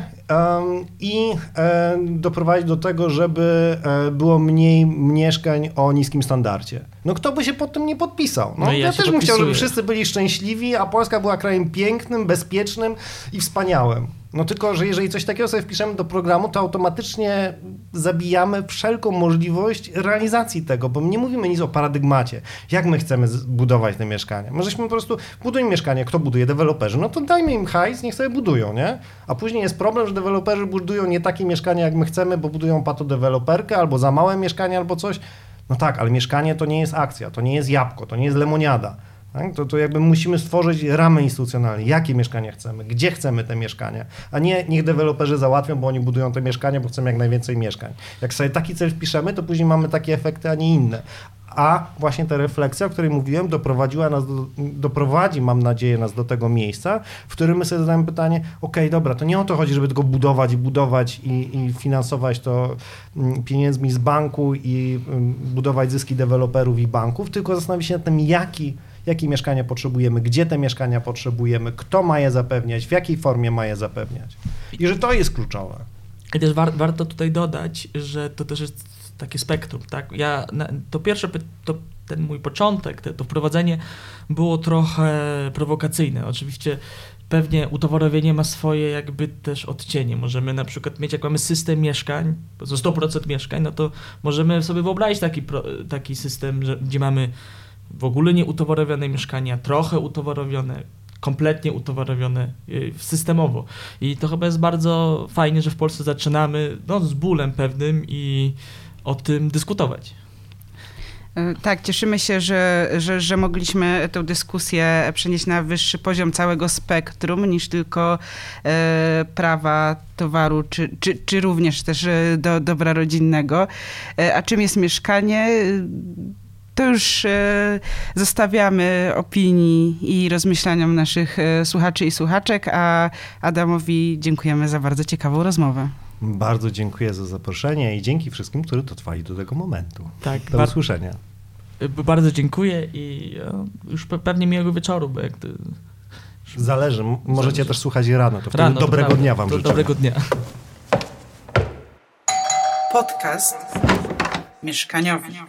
i doprowadzić do tego, żeby było mniej mieszkań o niskim standardzie. No kto by się pod tym nie podpisał? No ja też bym chciał, żeby wszyscy byli szczęśliwi, a Polska była krajem pięknym, bezpiecznym i wspaniałym. No tylko, że jeżeli coś takiego sobie wpiszemy do programu, to automatycznie zabijamy wszelką możliwość realizacji tego, bo my nie mówimy nic o paradygmacie. Jak my chcemy budować te mieszkania? My żeśmy po prostu, budujmy mieszkania, kto buduje? Deweloperzy. No to dajmy im hajs, niech sobie budują, nie? A później jest problem, że deweloperzy budują nie takie mieszkania, jak my chcemy, bo budują patodeweloperkę, albo za małe mieszkania, albo coś. No tak, ale mieszkanie to nie jest akcja, to nie jest jabłko, to nie jest lemoniada. Tak? To jakby musimy stworzyć ramy instytucjonalne. Jakie mieszkania chcemy? Gdzie chcemy te mieszkania? A nie niech deweloperzy załatwią, bo oni budują te mieszkania, bo chcemy jak najwięcej mieszkań. Jak sobie taki cel wpiszemy, to później mamy takie efekty, a nie inne. A właśnie ta refleksja, o której mówiłem, doprowadzi, mam nadzieję, nas do tego miejsca, w którym my sobie zadamy pytanie, okej, dobra, to nie o to chodzi, żeby tylko budować i finansować to pieniędzmi z banku i budować zyski deweloperów i banków, tylko zastanowić się nad tym, jakie mieszkania potrzebujemy, gdzie te mieszkania potrzebujemy, kto ma je zapewniać, w jakiej formie ma je zapewniać. I że to jest kluczowe. I też warto tutaj dodać, że to też jest takie spektrum, tak? Ten mój początek, to wprowadzenie było trochę prowokacyjne. Oczywiście pewnie utowarowienie ma swoje jakby też odcienie. Możemy na przykład mieć, jak mamy system mieszkań, za 100% mieszkań, no to możemy sobie wyobrazić taki system, gdzie mamy w ogóle nieutowarowione mieszkania, trochę utowarowione, kompletnie utowarowione systemowo. I to chyba jest bardzo fajnie, że w Polsce zaczynamy z bólem pewnym i o tym dyskutować. Tak, cieszymy się, że mogliśmy tę dyskusję przenieść na wyższy poziom całego spektrum niż tylko prawa, towaru, czy również też do dobra rodzinnego. A czym jest mieszkanie? To już zostawiamy opinii i rozmyślaniom naszych słuchaczy i słuchaczek, a Adamowi dziękujemy za bardzo ciekawą rozmowę. Bardzo dziękuję za zaproszenie i dzięki wszystkim, którzy dotrwali do tego momentu. Tak, do usłyszenia. Bardzo dziękuję i już pewnie miłego wieczoru, bo jak to... Zależy, możecie też słuchać rano, to wtedy dobrego dnia wam życzę. Dobrego dnia. Podcast mieszkaniowy.